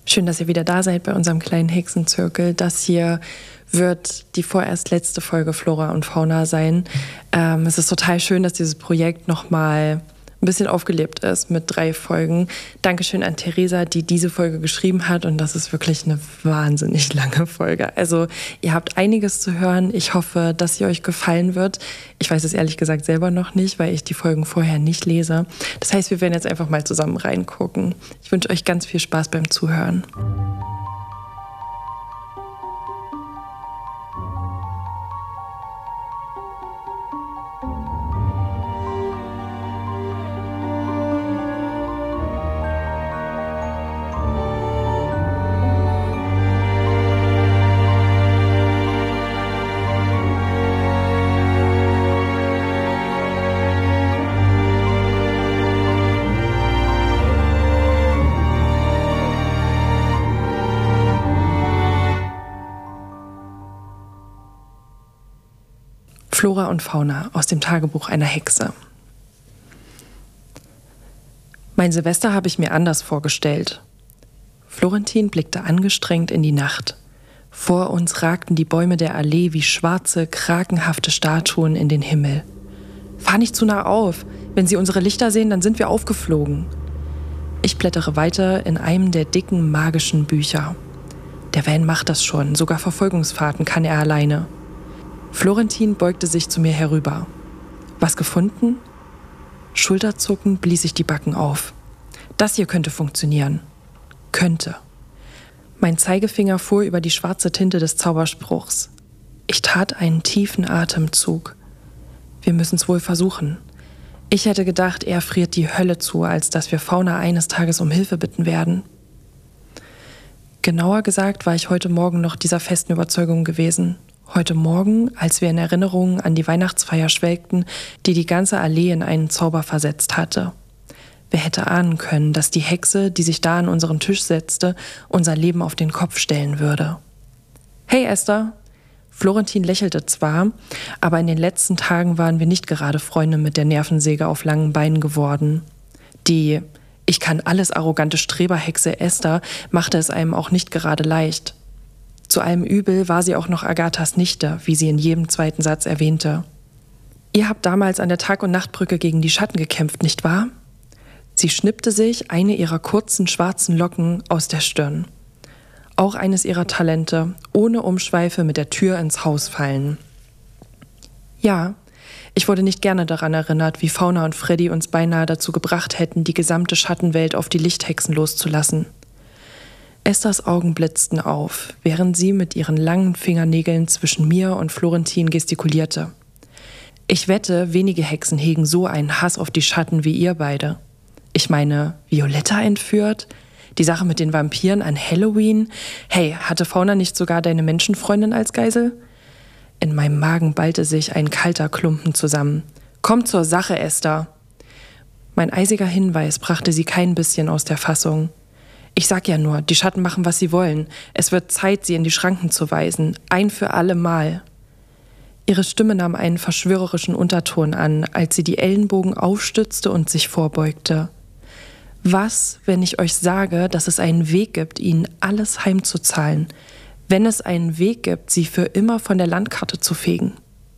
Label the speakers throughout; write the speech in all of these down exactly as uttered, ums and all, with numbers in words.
Speaker 1: Schön, dass ihr wieder da seid bei unserem kleinen Hexenzirkel. Das hier wird die vorerst letzte Folge Flora und Fauna sein. Ähm, es ist total schön, dass dieses Projekt nochmal ein bisschen aufgelebt ist mit drei Folgen. Dankeschön an Theresa, die diese Folge geschrieben hat. Und das ist wirklich eine wahnsinnig lange Folge. Also ihr habt einiges zu hören. Ich hoffe, dass sie euch gefallen wird. Ich weiß es ehrlich gesagt selber noch nicht, weil ich die Folgen vorher nicht lese. Das heißt, wir werden jetzt einfach mal zusammen reingucken. Ich wünsche euch ganz viel Spaß beim Zuhören. Flora und Fauna aus dem Tagebuch einer Hexe. Mein Silvester habe ich mir anders vorgestellt. Florentin blickte angestrengt in die Nacht. Vor uns ragten die Bäume der Allee wie schwarze, krakenhafte Statuen in den Himmel. Fahr nicht zu nah auf. Wenn Sie unsere Lichter sehen, dann sind wir aufgeflogen. Ich blättere weiter in einem der dicken, magischen Bücher. Der Van macht das schon, sogar Verfolgungsfahrten kann er alleine. Florentin beugte sich zu mir herüber. Was gefunden? Schulterzuckend blies ich die Backen auf. Das hier könnte funktionieren. Könnte. Mein Zeigefinger fuhr über die schwarze Tinte des Zauberspruchs. Ich tat einen tiefen Atemzug. Wir müssen es wohl versuchen. Ich hätte gedacht, er friert die Hölle zu, als dass wir Fauna eines Tages um Hilfe bitten werden. Genauer gesagt war ich heute Morgen noch dieser festen Überzeugung gewesen. Heute Morgen, als wir in Erinnerungen an die Weihnachtsfeier schwelgten, die die ganze Allee in einen Zauber versetzt hatte. Wer hätte ahnen können, dass die Hexe, die sich da an unseren Tisch setzte, unser Leben auf den Kopf stellen würde? Hey Esther! Florentin lächelte zwar, aber in den letzten Tagen waren wir nicht gerade Freunde mit der Nervensäge auf langen Beinen geworden. Die Ich kann alles arrogante Streberhexe Esther machte es einem auch nicht gerade leicht. Zu allem Übel war sie auch noch Agathas Nichte, wie sie in jedem zweiten Satz erwähnte. Ihr habt damals an der Tag- und Nachtbrücke gegen die Schatten gekämpft, nicht wahr? Sie schnippte sich eine ihrer kurzen schwarzen Locken aus der Stirn. Auch eines ihrer Talente, ohne Umschweife mit der Tür ins Haus fallen. Ja, ich wurde nicht gerne daran erinnert, wie Fauna und Freddy uns beinahe dazu gebracht hätten, die gesamte Schattenwelt auf die Lichthexen loszulassen. Esthers Augen blitzten auf, während sie mit ihren langen Fingernägeln zwischen mir und Florentin gestikulierte. Ich wette, wenige Hexen hegen so einen Hass auf die Schatten wie ihr beide. Ich meine, Violetta entführt? Die Sache mit den Vampiren an Halloween? Hey, hatte Fauna nicht sogar deine Menschenfreundin als Geisel? In meinem Magen ballte sich ein kalter Klumpen zusammen. Komm zur Sache, Esther! Mein eisiger Hinweis brachte sie kein bisschen aus der Fassung. Ich sag ja nur, die Schatten machen, was sie wollen. Es wird Zeit, sie in die Schranken zu weisen. Ein für alle Mal. Ihre Stimme nahm einen verschwörerischen Unterton an, als sie die Ellenbogen aufstützte und sich vorbeugte. Was, wenn ich euch sage, dass es einen Weg gibt, ihnen alles heimzuzahlen? Wenn es einen Weg gibt, sie für immer von der Landkarte zu fegen?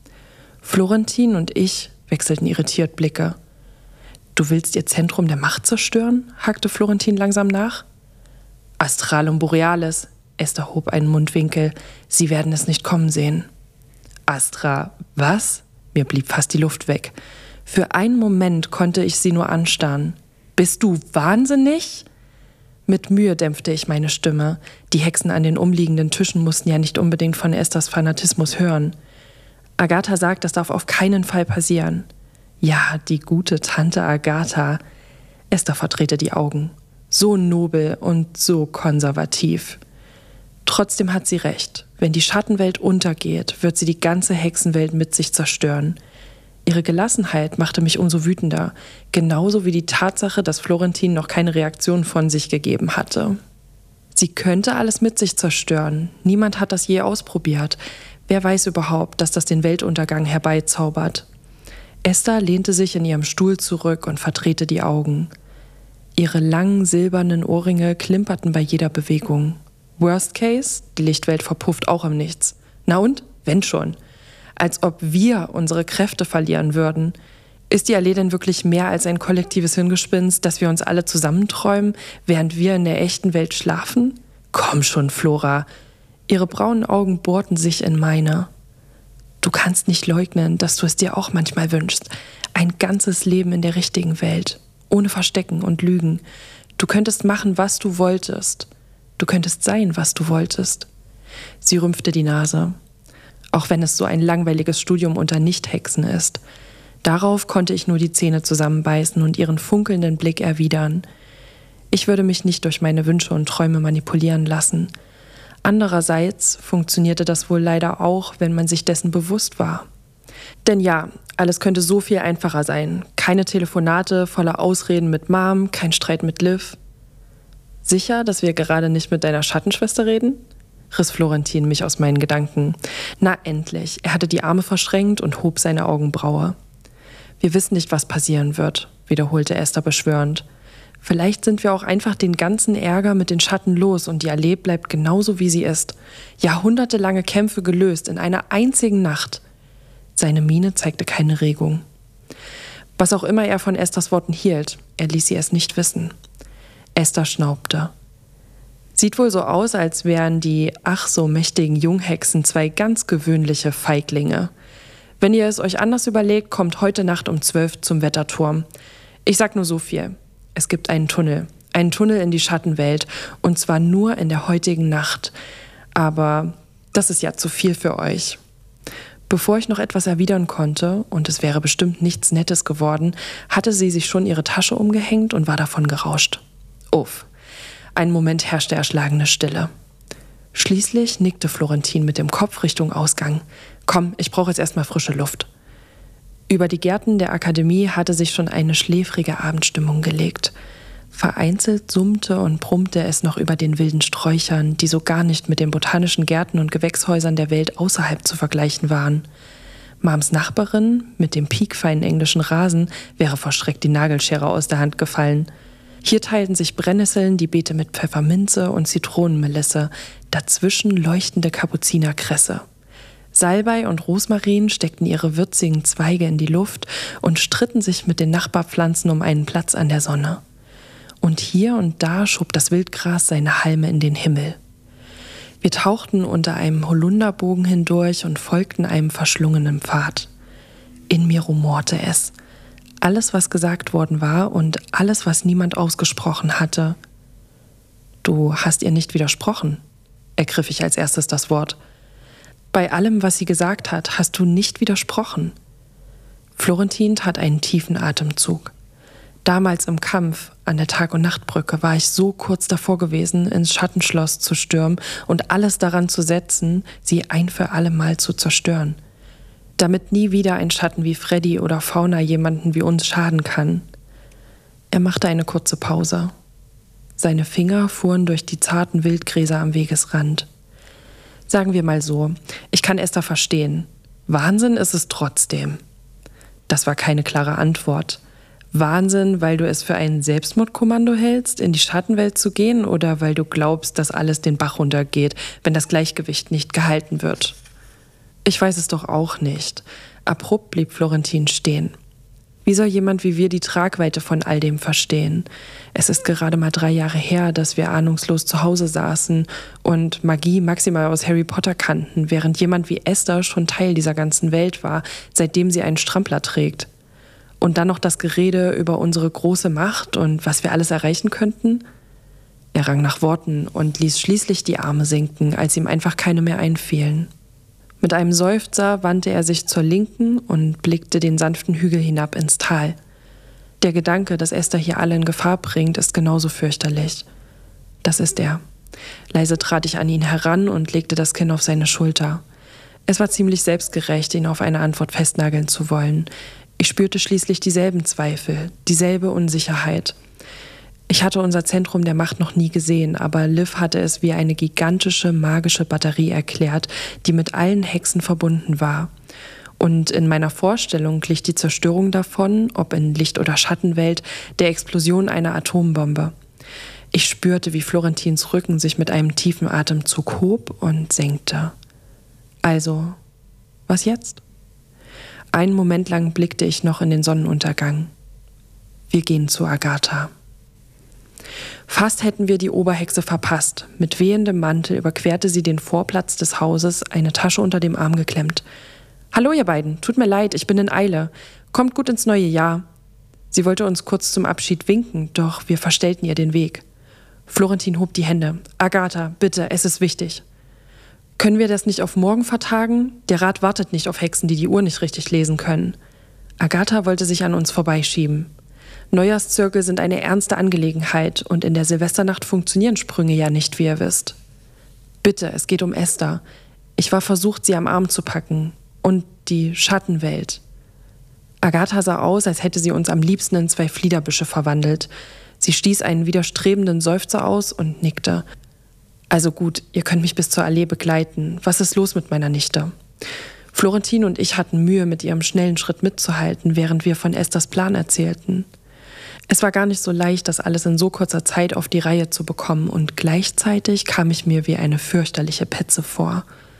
Speaker 1: Florentin und ich wechselten irritiert Blicke. Du willst ihr Zentrum der Macht zerstören? Hakte Florentin langsam nach. Astralum Borealis, Esther hob einen Mundwinkel. Sie werden es nicht kommen sehen. Astra, was? Mir blieb fast die Luft weg. Für einen Moment konnte ich sie nur anstarren. Bist du wahnsinnig? Mit Mühe dämpfte ich meine Stimme. Die Hexen an den umliegenden Tischen mussten ja nicht unbedingt von Esthers Fanatismus hören. Agatha sagt, das darf auf keinen Fall passieren. Ja, die gute Tante Agatha. Esther verdrehte die Augen. So nobel und so konservativ. Trotzdem hat sie recht. Wenn die Schattenwelt untergeht, wird sie die ganze Hexenwelt mit sich zerstören. Ihre Gelassenheit machte mich umso wütender, genauso wie die Tatsache, dass Florentin noch keine Reaktion von sich gegeben hatte. Sie könnte alles mit sich zerstören. Niemand hat das je ausprobiert. Wer weiß überhaupt, dass das den Weltuntergang herbeizaubert? Esther lehnte sich in ihrem Stuhl zurück und verdrehte die Augen. Ihre langen silbernen Ohrringe klimperten bei jeder Bewegung. Worst case, die Lichtwelt verpufft auch im Nichts. Na und? Wenn schon. Als ob wir unsere Kräfte verlieren würden. Ist die Allee denn wirklich mehr als ein kollektives Hirngespinst, das wir uns alle zusammenträumen, während wir in der echten Welt schlafen? Komm schon, Flora. Ihre braunen Augen bohrten sich in meine. Du kannst nicht leugnen, dass du es dir auch manchmal wünschst. Ein ganzes Leben in der richtigen Welt. Ohne Verstecken und Lügen. Du könntest machen, was du wolltest. Du könntest sein, was du wolltest. Sie rümpfte die Nase. Auch wenn es so ein langweiliges Studium unter Nichthexen ist. Darauf konnte ich nur die Zähne zusammenbeißen und ihren funkelnden Blick erwidern. Ich würde mich nicht durch meine Wünsche und Träume manipulieren lassen. Andererseits funktionierte das wohl leider auch, wenn man sich dessen bewusst war. Denn ja, alles könnte so viel einfacher sein. Keine Telefonate voller Ausreden mit Mom, kein Streit mit Liv. Sicher, dass wir gerade nicht mit deiner Schattenschwester reden? Riss Florentin mich aus meinen Gedanken. Na endlich, er hatte die Arme verschränkt und hob seine Augenbraue. Wir wissen nicht, was passieren wird, wiederholte Esther beschwörend. Vielleicht sind wir auch einfach den ganzen Ärger mit den Schatten los und die Allee bleibt genauso, wie sie ist. Jahrhundertelange Kämpfe gelöst in einer einzigen Nacht. Seine Miene zeigte keine Regung. Was auch immer er von Esthers Worten hielt, er ließ sie es nicht wissen. Esther schnaubte. Sieht wohl so aus, als wären die ach so mächtigen Junghexen zwei ganz gewöhnliche Feiglinge. Wenn ihr es euch anders überlegt, kommt heute Nacht um zwölf zum Wetterturm. Ich sag nur so viel. Es gibt einen Tunnel. Einen Tunnel in die Schattenwelt. Und zwar nur in der heutigen Nacht. Aber das ist ja zu viel für euch. Bevor ich noch etwas erwidern konnte, und es wäre bestimmt nichts Nettes geworden, hatte sie sich schon ihre Tasche umgehängt und war davon gerauscht. Uff. Einen Moment herrschte erschlagene Stille. Schließlich nickte Florentin mit dem Kopf Richtung Ausgang. Komm, ich brauche jetzt erstmal frische Luft. Über die Gärten der Akademie hatte sich schon eine schläfrige Abendstimmung gelegt. Vereinzelt summte und brummte es noch über den wilden Sträuchern, die so gar nicht mit den botanischen Gärten und Gewächshäusern der Welt außerhalb zu vergleichen waren. Mams Nachbarin mit dem piekfeinen englischen Rasen wäre vor Schreck die Nagelschere aus der Hand gefallen. Hier teilten sich Brennnesseln, die Beete mit Pfefferminze und Zitronenmelisse, dazwischen leuchtende Kapuzinerkresse. Salbei und Rosmarin steckten ihre würzigen Zweige in die Luft und stritten sich mit den Nachbarpflanzen um einen Platz an der Sonne. Und hier und da schob das Wildgras seine Halme in den Himmel. Wir tauchten unter einem Holunderbogen hindurch und folgten einem verschlungenen Pfad. In mir rumorte es. Alles, was gesagt worden war und alles, was niemand ausgesprochen hatte. Du hast ihr nicht widersprochen, ergriff ich als erstes das Wort. Bei allem, was sie gesagt hat, hast du nicht widersprochen. Florentin tat einen tiefen Atemzug. Damals im Kampf an der Tag- und Nachtbrücke war ich so kurz davor gewesen, ins Schattenschloss zu stürmen und alles daran zu setzen, sie ein für alle Mal zu zerstören. Damit nie wieder ein Schatten wie Freddy oder Fauna jemanden wie uns schaden kann. Er machte eine kurze Pause. Seine Finger fuhren durch die zarten Wildgräser am Wegesrand. Sagen wir mal so, ich kann Esther verstehen. Wahnsinn ist es trotzdem. Das war keine klare Antwort. Wahnsinn, weil du es für ein Selbstmordkommando hältst, in die Schattenwelt zu gehen, oder weil du glaubst, dass alles den Bach runtergeht, wenn das Gleichgewicht nicht gehalten wird? Ich weiß es doch auch nicht. Abrupt blieb Florentin stehen. Wie soll jemand wie wir die Tragweite von all dem verstehen? Es ist gerade mal drei Jahre her, dass wir ahnungslos zu Hause saßen und Magie maximal aus Harry Potter kannten, während jemand wie Esther schon Teil dieser ganzen Welt war, seitdem sie einen Strampler trägt. Und dann noch das Gerede über unsere große Macht und was wir alles erreichen könnten? Er rang nach Worten und ließ schließlich die Arme sinken, als ihm einfach keine mehr einfielen. Mit einem Seufzer wandte er sich zur Linken und blickte den sanften Hügel hinab ins Tal. Der Gedanke, dass Esther hier alle in Gefahr bringt, ist genauso fürchterlich. Das ist er. Leise trat ich an ihn heran und legte das Kinn auf seine Schulter. Es war ziemlich selbstgerecht, ihn auf eine Antwort festnageln zu wollen. Ich spürte schließlich dieselben Zweifel, dieselbe Unsicherheit. Ich hatte unser Zentrum der Macht noch nie gesehen, aber Liv hatte es wie eine gigantische, magische Batterie erklärt, die mit allen Hexen verbunden war. Und in meiner Vorstellung glich die Zerstörung davon, ob in Licht- oder Schattenwelt, der Explosion einer Atombombe. Ich spürte, wie Florentins Rücken sich mit einem tiefen Atemzug hob und senkte. Also, was jetzt? Einen Moment lang blickte ich noch in den Sonnenuntergang. Wir gehen zu Agatha. Fast hätten wir die Oberhexe verpasst. Mit wehendem Mantel überquerte sie den Vorplatz des Hauses, eine Tasche unter dem Arm geklemmt. »Hallo ihr beiden, tut mir leid, ich bin in Eile. Kommt gut ins neue Jahr.« Sie wollte uns kurz zum Abschied winken, doch wir verstellten ihr den Weg. Florentin hob die Hände. »Agatha, bitte, es ist wichtig.« »Können wir das nicht auf morgen vertagen? Der Rat wartet nicht auf Hexen, die die Uhr nicht richtig lesen können.« Agatha wollte sich an uns vorbeischieben. Neujahrszirkel sind eine ernste Angelegenheit und in der Silvesternacht funktionieren Sprünge ja nicht, wie ihr wisst. Bitte, es geht um Esther. Ich war versucht, sie am Arm zu packen. Und die Schattenwelt. Agatha sah aus, als hätte sie uns am liebsten in zwei Fliederbüsche verwandelt. Sie stieß einen widerstrebenden Seufzer aus und nickte. »Also gut, ihr könnt mich bis zur Allee begleiten. Was ist los mit meiner Nichte?« Florentin und ich hatten Mühe, mit ihrem schnellen Schritt mitzuhalten, während wir von Esthers Plan erzählten. Es war gar nicht so leicht, das alles in so kurzer Zeit auf die Reihe zu bekommen, und gleichzeitig kam ich mir wie eine fürchterliche Petze vor.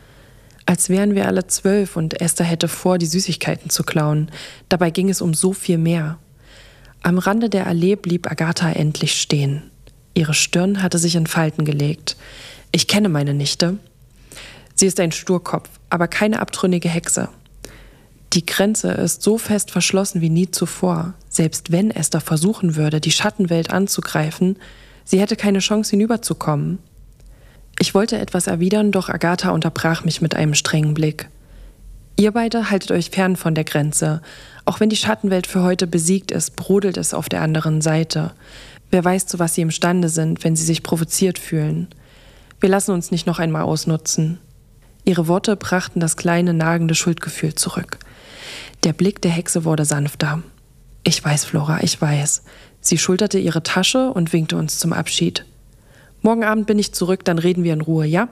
Speaker 1: Als wären wir alle zwölf und Esther hätte vor, die Süßigkeiten zu klauen. Dabei ging es um so viel mehr. Am Rande der Allee blieb Agatha endlich stehen. Ihre Stirn hatte sich in Falten gelegt. Ich kenne meine Nichte. Sie ist ein Sturkopf, aber keine abtrünnige Hexe. Die Grenze ist so fest verschlossen wie nie zuvor. Selbst wenn Esther versuchen würde, die Schattenwelt anzugreifen, sie hätte keine Chance, hinüberzukommen. Ich wollte etwas erwidern, doch Agatha unterbrach mich mit einem strengen Blick. »Ihr beide haltet euch fern von der Grenze. Auch wenn die Schattenwelt für heute besiegt ist, brodelt es auf der anderen Seite. Wer weiß, zu was sie imstande sind, wenn sie sich provoziert fühlen. Wir lassen uns nicht noch einmal ausnutzen.« Ihre Worte brachten das kleine, nagende Schuldgefühl zurück. Der Blick der Hexe wurde sanfter. »Ich weiß, Flora, ich weiß.« Sie schulterte ihre Tasche und winkte uns zum Abschied. »Morgen Abend bin ich zurück, dann reden wir in Ruhe, ja?«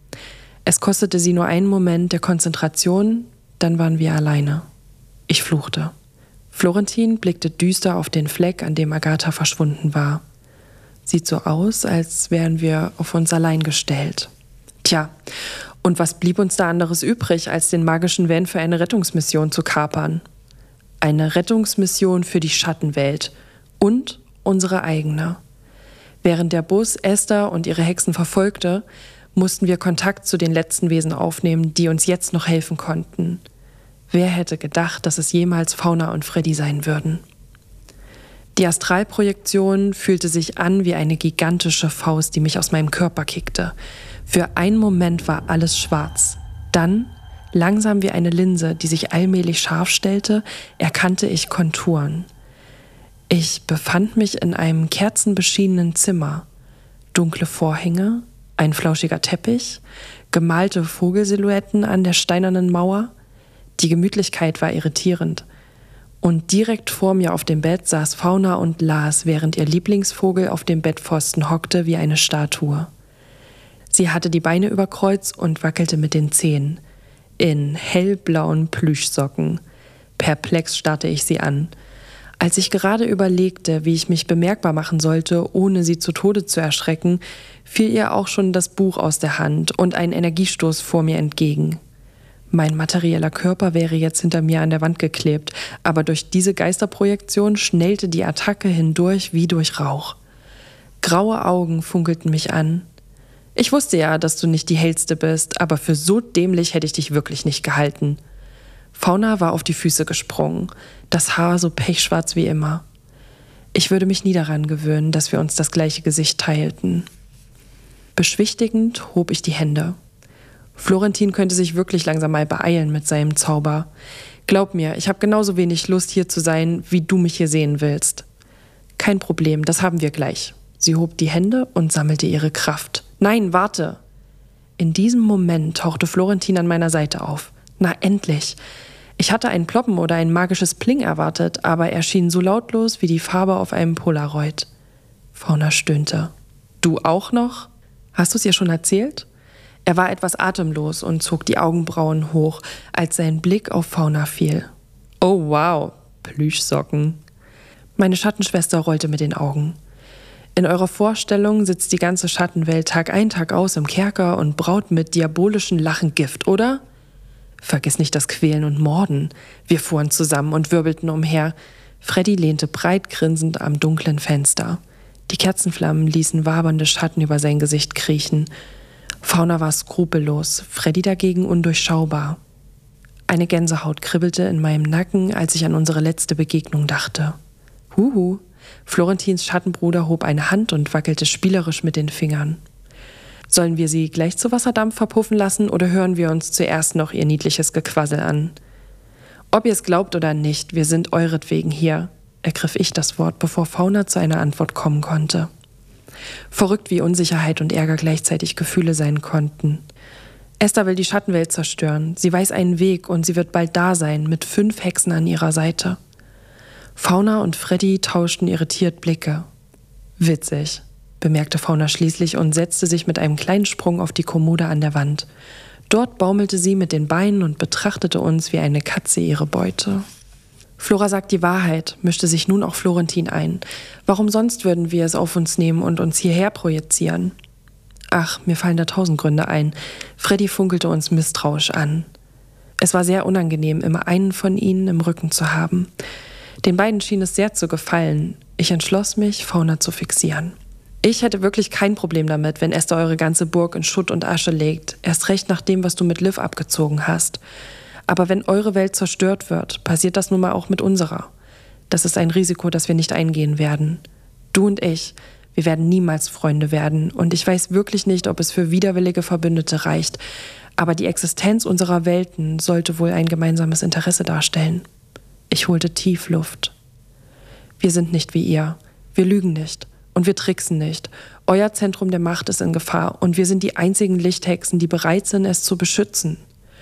Speaker 1: Es kostete sie nur einen Moment der Konzentration, dann waren wir alleine. Ich fluchte. Florentin blickte düster auf den Fleck, an dem Agatha verschwunden war. Sieht so aus, als wären wir auf uns allein gestellt. Tja, und was blieb uns da anderes übrig, als den magischen Van für eine Rettungsmission zu kapern? Eine Rettungsmission für die Schattenwelt und unsere eigene. Während der Bus Esther und ihre Hexen verfolgte, mussten wir Kontakt zu den letzten Wesen aufnehmen, die uns jetzt noch helfen konnten. Wer hätte gedacht, dass es jemals Fauna und Freddy sein würden? Die Astralprojektion fühlte sich an wie eine gigantische Faust, die mich aus meinem Körper kickte. Für einen Moment war alles schwarz. Dann, langsam wie eine Linse, die sich allmählich scharf stellte, erkannte ich Konturen. Ich befand mich in einem kerzenbeschienenen Zimmer. Dunkle Vorhänge, ein flauschiger Teppich, gemalte Vogelsilhouetten an der steinernen Mauer. Die Gemütlichkeit war irritierend. Und direkt vor mir auf dem Bett saß Fauna und las, während ihr Lieblingsvogel auf dem Bettpfosten hockte wie eine Statue. Sie hatte die Beine über Kreuz und wackelte mit den Zehen. In hellblauen Plüschsocken. Perplex starrte ich sie an. Als ich gerade überlegte, wie ich mich bemerkbar machen sollte, ohne sie zu Tode zu erschrecken, fiel ihr auch schon das Buch aus der Hand und ein Energiestoß fuhr mir entgegen. Mein materieller Körper wäre jetzt hinter mir an der Wand geklebt, aber durch diese Geisterprojektion schnellte die Attacke hindurch wie durch Rauch. Graue Augen funkelten mich an. Ich wusste ja, dass du nicht die hellste bist, aber für so dämlich hätte ich dich wirklich nicht gehalten. Fauna war auf die Füße gesprungen, das Haar so pechschwarz wie immer. Ich würde mich nie daran gewöhnen, dass wir uns das gleiche Gesicht teilten. Beschwichtigend hob ich die Hände. Florentin könnte sich wirklich langsam mal beeilen mit seinem Zauber. Glaub mir, ich habe genauso wenig Lust, hier zu sein, wie du mich hier sehen willst. Kein Problem, das haben wir gleich. Sie hob die Hände und sammelte ihre Kraft. Nein, warte! In diesem Moment tauchte Florentin an meiner Seite auf. Na, endlich! Ich hatte ein Ploppen oder ein magisches Pling erwartet, aber er schien so lautlos wie die Farbe auf einem Polaroid. Fauna stöhnte. Du auch noch? Hast du es ihr schon erzählt? Er war etwas atemlos und zog die Augenbrauen hoch, als sein Blick auf Fauna fiel. Oh wow, Plüschsocken. Meine Schattenschwester rollte mit den Augen. In eurer Vorstellung sitzt die ganze Schattenwelt Tag ein, Tag aus im Kerker und braut mit diabolischen Lachen Gift, oder? Vergiss nicht das Quälen und Morden. Wir fuhren zusammen und wirbelten umher. Freddy lehnte breit grinsend am dunklen Fenster. Die Kerzenflammen ließen wabernde Schatten über sein Gesicht kriechen. Fauna war skrupellos, Freddy dagegen undurchschaubar. Eine Gänsehaut kribbelte in meinem Nacken, als ich an unsere letzte Begegnung dachte. Huhu, Florentins Schattenbruder hob eine Hand und wackelte spielerisch mit den Fingern. Sollen wir sie gleich zu Wasserdampf verpuffen lassen oder hören wir uns zuerst noch ihr niedliches Gequassel an? Ob ihr es glaubt oder nicht, wir sind euretwegen hier, ergriff ich das Wort, bevor Fauna zu einer Antwort kommen konnte. Verrückt, wie Unsicherheit und Ärger gleichzeitig Gefühle sein konnten. Esther will die Schattenwelt zerstören. Sie weiß einen Weg und sie wird bald da sein, mit fünf Hexen an ihrer Seite. Fauna und Freddy tauschten irritiert Blicke. Witzig, bemerkte Fauna schließlich und setzte sich mit einem kleinen Sprung auf die Kommode an der Wand. Dort baumelte sie mit den Beinen und betrachtete uns wie eine Katze ihre Beute. Flora sagt die Wahrheit, mischte sich nun auch Florentin ein. Warum sonst würden wir es auf uns nehmen und uns hierher projizieren? Ach, mir fallen da tausend Gründe ein. Freddy funkelte uns misstrauisch an. Es war sehr unangenehm, immer einen von ihnen im Rücken zu haben. Den beiden schien es sehr zu gefallen. Ich entschloss mich, Fauna zu fixieren. Ich hätte wirklich kein Problem damit, wenn Esther eure ganze Burg in Schutt und Asche legt. Erst recht nach dem, was du mit Liv abgezogen hast. Aber wenn eure Welt zerstört wird, passiert das nun mal auch mit unserer. Das ist ein Risiko, das wir nicht eingehen werden. Du und ich, wir werden niemals Freunde werden. Und ich weiß wirklich nicht, ob es für widerwillige Verbündete reicht. Aber die Existenz unserer Welten sollte wohl ein gemeinsames Interesse darstellen. Ich holte tief Luft. Wir sind nicht wie ihr. Wir lügen nicht. Und wir tricksen nicht. Euer Zentrum der Macht ist in Gefahr. Und wir sind die einzigen Lichthexen, die bereit sind, es zu beschützen.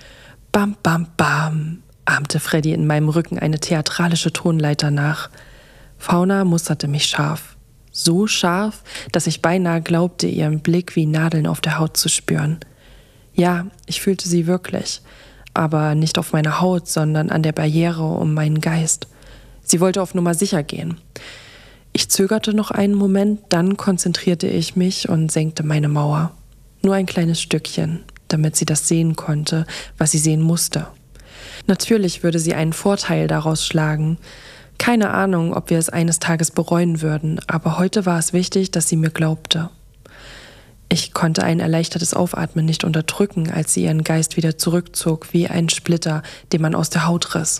Speaker 1: Bam, bam, bam, ahmte Freddy in meinem Rücken eine theatralische Tonleiter nach. Fauna musterte mich scharf. So scharf, dass ich beinahe glaubte, ihren Blick wie Nadeln auf der Haut zu spüren. Ja, ich fühlte sie wirklich. Aber nicht auf meiner Haut, sondern an der Barriere um meinen Geist. Sie wollte auf Nummer sicher gehen. Ich zögerte noch einen Moment, dann konzentrierte ich mich und senkte meine Mauer. Nur ein kleines Stückchen, damit sie das sehen konnte, was sie sehen musste. Natürlich würde sie einen Vorteil daraus schlagen. Keine Ahnung, ob wir es eines Tages bereuen würden, aber heute war es wichtig, dass sie mir glaubte. Ich konnte ein erleichtertes Aufatmen nicht unterdrücken, als sie ihren Geist wieder zurückzog, wie ein Splitter, den man aus der Haut riss.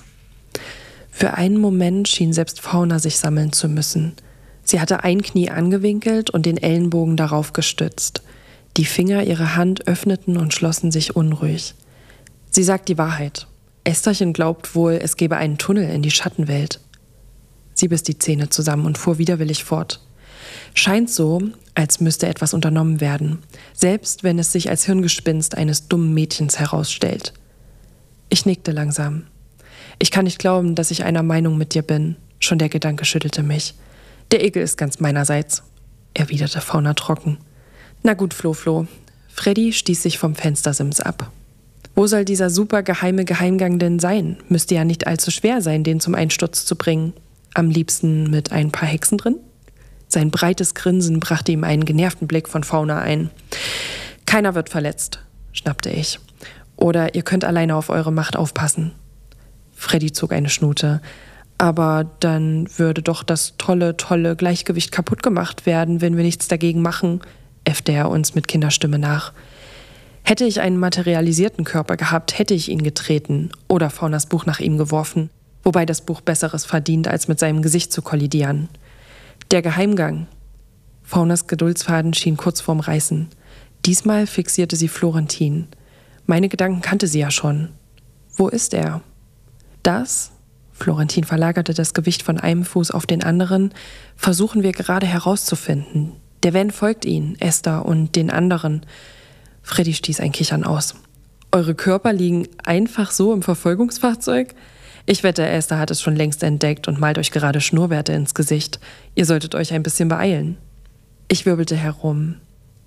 Speaker 1: Für einen Moment schien selbst Fauna sich sammeln zu müssen. Sie hatte ein Knie angewinkelt und den Ellenbogen darauf gestützt. Die Finger ihrer Hand öffneten und schlossen sich unruhig. Sie sagt die Wahrheit. Estherchen glaubt wohl, es gäbe einen Tunnel in die Schattenwelt. Sie biss die Zähne zusammen und fuhr widerwillig fort. Scheint so, als müsste etwas unternommen werden, selbst wenn es sich als Hirngespinst eines dummen Mädchens herausstellt. Ich nickte langsam. Ich kann nicht glauben, dass ich einer Meinung mit dir bin. Schon der Gedanke schüttelte mich. Der Ekel ist ganz meinerseits, erwiderte Fauna trocken. Na gut, Flo, Flo. Freddy stieß sich vom Fenstersims ab. Wo soll dieser super geheime Geheimgang denn sein? Müsste ja nicht allzu schwer sein, den zum Einsturz zu bringen. Am liebsten mit ein paar Hexen drin? Sein breites Grinsen brachte ihm einen genervten Blick von Fauna ein. Keiner wird verletzt, schnappte ich. Oder ihr könnt alleine auf eure Macht aufpassen. Freddy zog eine Schnute. Aber dann würde doch das tolle, tolle Gleichgewicht kaputt gemacht werden, wenn wir nichts dagegen machen, äffte er uns mit Kinderstimme nach. Hätte ich einen materialisierten Körper gehabt, hätte ich ihn getreten oder Faunas Buch nach ihm geworfen, wobei das Buch Besseres verdient, als mit seinem Gesicht zu kollidieren. Der Geheimgang. Faunas Geduldsfaden schien kurz vorm Reißen. Diesmal fixierte sie Florentin. Meine Gedanken kannte sie ja schon. Wo ist er? Das, Florentin verlagerte das Gewicht von einem Fuß auf den anderen, versuchen wir gerade herauszufinden. Der Van folgt ihnen, Esther und den anderen. Freddy stieß ein Kichern aus. Eure Körper liegen einfach so im Verfolgungsfahrzeug? Ich wette, Esther hat es schon längst entdeckt und malt euch gerade Schnurrbärte ins Gesicht. Ihr solltet euch ein bisschen beeilen. Ich wirbelte herum.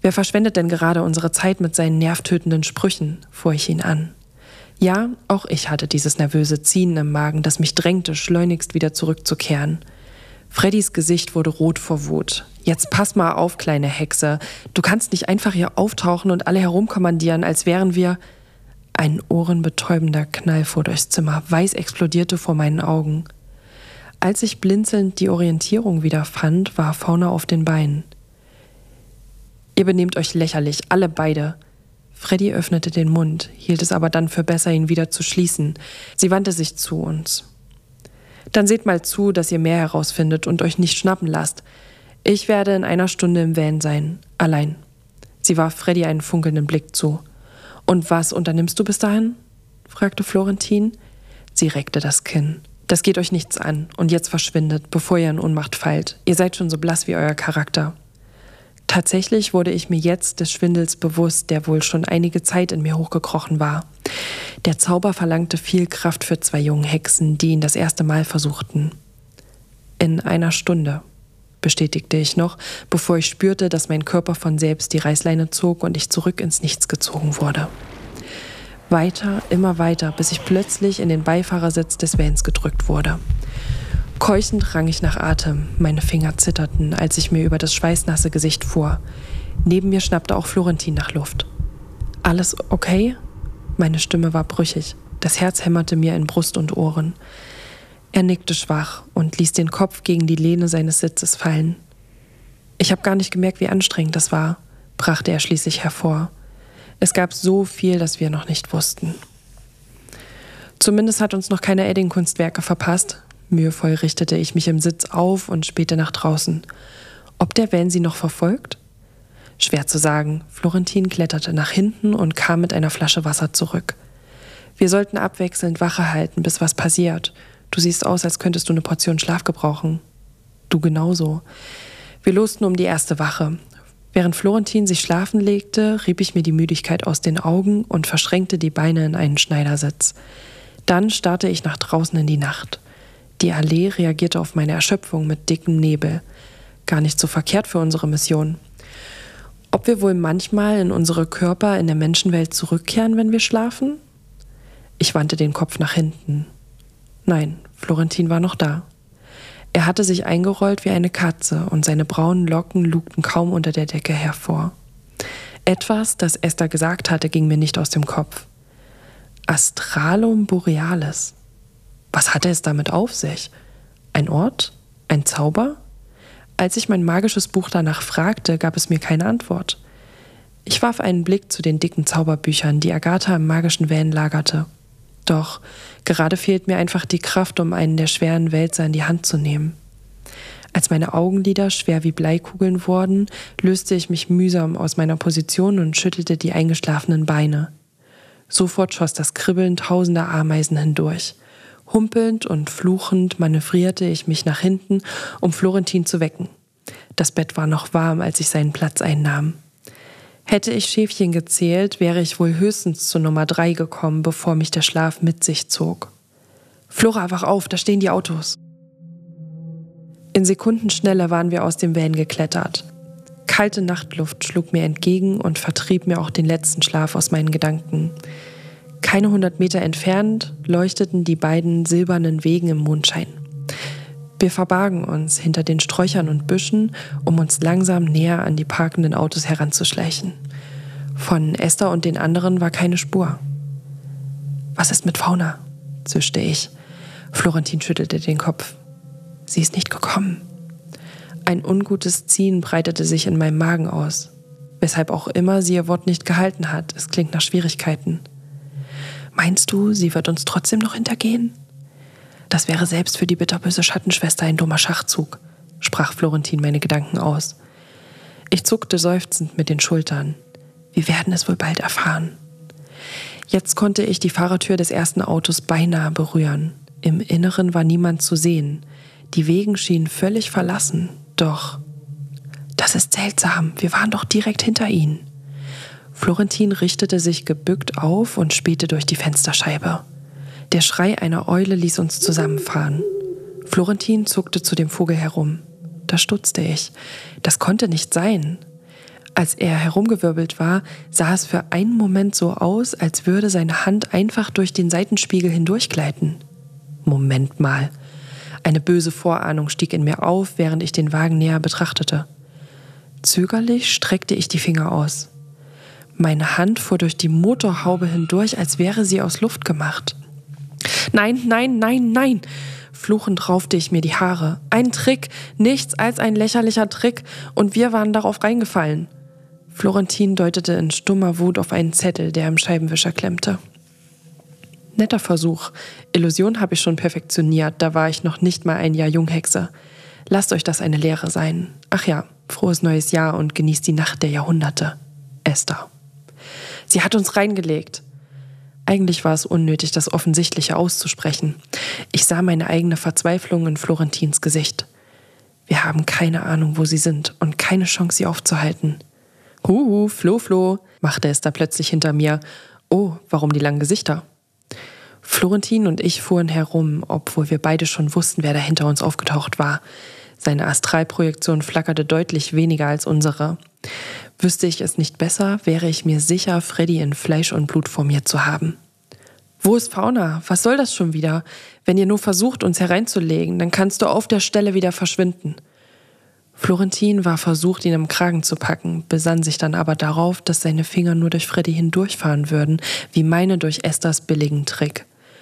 Speaker 1: Wer verschwendet denn gerade unsere Zeit mit seinen nervtötenden Sprüchen, fuhr ich ihn an. Ja, auch ich hatte dieses nervöse Ziehen im Magen, das mich drängte, schleunigst wieder zurückzukehren. Freddys Gesicht wurde rot vor Wut. Jetzt pass mal auf, kleine Hexe. Du kannst nicht einfach hier auftauchen und alle herumkommandieren, als wären wir... Ein ohrenbetäubender Knall fuhr durchs Zimmer. Weiß explodierte vor meinen Augen. Als ich blinzelnd die Orientierung wieder fand, war Fauna auf den Beinen. Ihr benehmt euch lächerlich, alle beide. Freddy öffnete den Mund, hielt es aber dann für besser, ihn wieder zu schließen. Sie wandte sich zu uns. Dann seht mal zu, dass ihr mehr herausfindet und euch nicht schnappen lasst. Ich werde in einer Stunde im Van sein, allein. Sie warf Freddy einen funkelnden Blick zu. Und was unternimmst du bis dahin? Fragte Florentin. Sie reckte das Kinn. Das geht euch nichts an und jetzt verschwindet, bevor ihr in Ohnmacht fallt. Ihr seid schon so blass wie euer Charakter. Tatsächlich wurde ich mir jetzt des Schwindels bewusst, der wohl schon einige Zeit in mir hochgekrochen war. Der Zauber verlangte viel Kraft für zwei jungen Hexen, die ihn das erste Mal versuchten. In einer Stunde, bestätigte ich noch, bevor ich spürte, dass mein Körper von selbst die Reißleine zog und ich zurück ins Nichts gezogen wurde. Weiter, immer weiter, bis ich plötzlich in den Beifahrersitz des Vans gedrückt wurde. Keuchend rang ich nach Atem, meine Finger zitterten, als ich mir über das schweißnasse Gesicht fuhr. Neben mir schnappte auch Florentin nach Luft. »Alles okay?« Meine Stimme war brüchig, das Herz hämmerte mir in Brust und Ohren. Er nickte schwach und ließ den Kopf gegen die Lehne seines Sitzes fallen. »Ich habe gar nicht gemerkt, wie anstrengend das war«, brachte er schließlich hervor. »Es gab so viel, das wir noch nicht wussten.« Zumindest hat uns noch keine Edding-Kunstwerke verpasst. Mühevoll richtete ich mich im Sitz auf und spähte nach draußen. Ob der Van sie noch verfolgt? Schwer zu sagen. Florentin kletterte nach hinten und kam mit einer Flasche Wasser zurück. Wir sollten abwechselnd Wache halten, bis was passiert. Du siehst aus, als könntest du eine Portion Schlaf gebrauchen. Du genauso. Wir losten um die erste Wache. Während Florentin sich schlafen legte, rieb ich mir die Müdigkeit aus den Augen und verschränkte die Beine in einen Schneidersitz. Dann starrte ich nach draußen in die Nacht. Die Allee reagierte auf meine Erschöpfung mit dickem Nebel. Gar nicht so verkehrt für unsere Mission. Ob wir wohl manchmal in unsere Körper in der Menschenwelt zurückkehren, wenn wir schlafen? Ich wandte den Kopf nach hinten. Nein, Florentin war noch da. Er hatte sich eingerollt wie eine Katze und seine braunen Locken lugten kaum unter der Decke hervor. Etwas, das Esther gesagt hatte, ging mir nicht aus dem Kopf. Astralum Borealis. Was hatte es damit auf sich? Ein Ort? Ein Zauber? Als ich mein magisches Buch danach fragte, gab es mir keine Antwort. Ich warf einen Blick zu den dicken Zauberbüchern, die Agatha im magischen Van lagerte. Doch gerade fehlt mir einfach die Kraft, um einen der schweren Wälzer in die Hand zu nehmen. Als meine Augenlider schwer wie Bleikugeln wurden, löste ich mich mühsam aus meiner Position und schüttelte die eingeschlafenen Beine. Sofort schoss das Kribbeln tausender Ameisen hindurch. Humpelnd und fluchend manövrierte ich mich nach hinten, um Florentin zu wecken. Das Bett war noch warm, als ich seinen Platz einnahm. Hätte ich Schäfchen gezählt, wäre ich wohl höchstens zu Nummer drei gekommen, bevor mich der Schlaf mit sich zog. »Flora, wach auf, da stehen die Autos!« In Sekundenschnelle waren wir aus dem Van geklettert. Kalte Nachtluft schlug mir entgegen und vertrieb mir auch den letzten Schlaf aus meinen Gedanken. Keine hundert Meter entfernt leuchteten die beiden silbernen Wegen im Mondschein. Wir verbargen uns hinter den Sträuchern und Büschen, um uns langsam näher an die parkenden Autos heranzuschleichen. Von Esther und den anderen war keine Spur. »Was ist mit Fauna?« zischte ich. Florentin schüttelte den Kopf. »Sie ist nicht gekommen.« Ein ungutes Ziehen breitete sich in meinem Magen aus. Weshalb auch immer sie ihr Wort nicht gehalten hat. Es klingt nach Schwierigkeiten. »Meinst du, sie wird uns trotzdem noch hintergehen?« »Das wäre selbst für die bitterböse Schattenschwester ein dummer Schachzug«, sprach Florentin meine Gedanken aus. Ich zuckte seufzend mit den Schultern. Wir werden es wohl bald erfahren. Jetzt konnte ich die Fahrertür des ersten Autos beinahe berühren. Im Inneren war niemand zu sehen. Die Wegen schienen völlig verlassen. Doch, das ist seltsam, wir waren doch direkt hinter ihnen. Florentin richtete sich gebückt auf und spähte durch die Fensterscheibe. Der Schrei einer Eule ließ uns zusammenfahren. Florentin zuckte zu dem Vogel herum. Da stutzte ich. Das konnte nicht sein. Als er herumgewirbelt war, sah es für einen Moment so aus, als würde seine Hand einfach durch den Seitenspiegel hindurchgleiten. Moment mal. Eine böse Vorahnung stieg in mir auf, während ich den Wagen näher betrachtete. Zögerlich streckte ich die Finger aus. Meine Hand fuhr durch die Motorhaube hindurch, als wäre sie aus Luft gemacht. Nein, nein, nein, nein! Fluchend raufte ich mir die Haare. Ein Trick, nichts als ein lächerlicher Trick, und wir waren darauf reingefallen. Florentin deutete in stummer Wut auf einen Zettel, der am Scheibenwischer klemmte. Netter Versuch. Illusion habe ich schon perfektioniert, da war ich noch nicht mal ein Jahr Junghexe. Lasst euch das eine Lehre sein. Ach ja, frohes neues Jahr und genießt die Nacht der Jahrhunderte. Esther. Sie hat uns reingelegt. Eigentlich war es unnötig, das Offensichtliche auszusprechen. Ich sah meine eigene Verzweiflung in Florentins Gesicht. Wir haben keine Ahnung, wo sie sind und keine Chance, sie aufzuhalten. Huhu, Flo, Flo, machte es da plötzlich hinter mir. Oh, warum die langen Gesichter? Florentin und ich fuhren herum, obwohl wir beide schon wussten, wer da hinter uns aufgetaucht war. Seine Astralprojektion flackerte deutlich weniger als unsere. Wüsste ich es nicht besser, wäre ich mir sicher, Freddy in Fleisch und Blut vor mir zu haben. Wo ist Fauna? Was soll das schon wieder? Wenn ihr nur versucht, uns hereinzulegen, dann kannst du auf der Stelle wieder verschwinden. Florentin war versucht, ihn am Kragen zu packen, besann sich dann aber darauf, dass seine Finger nur durch Freddy hindurchfahren würden, wie meine durch Esthers billigen Trick.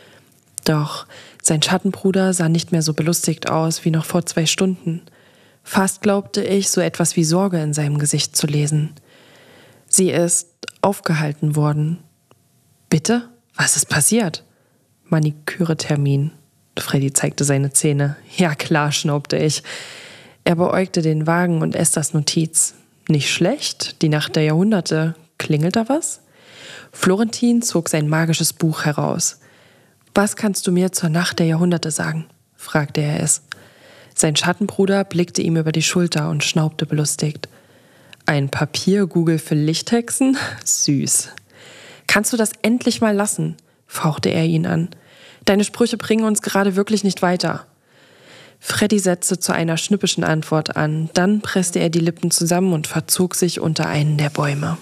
Speaker 1: Doch sein Schattenbruder sah nicht mehr so belustigt aus wie noch vor zwei Stunden. Fast glaubte ich, so etwas wie Sorge in seinem Gesicht zu lesen. Sie ist aufgehalten worden. Bitte? Was ist passiert? Maniküre-Termin. Freddy zeigte seine Zähne. Ja klar, schnaubte ich. Er beäugte den Wagen und Esthers Notiz. Nicht schlecht, die Nacht der Jahrhunderte. Klingelt da was? Florentin zog sein magisches Buch heraus. Was kannst du mir zur Nacht der Jahrhunderte sagen? Fragte er es. Sein Schattenbruder blickte ihm über die Schulter und schnaubte belustigt. Ein Papier-Google für Lichthexen? Süß. Kannst du das endlich mal lassen? Fauchte er ihn an. Deine Sprüche bringen uns gerade wirklich nicht weiter. Freddy setzte zu einer schnippischen Antwort an. Dann presste er die Lippen zusammen und verzog sich unter einen der Bäume.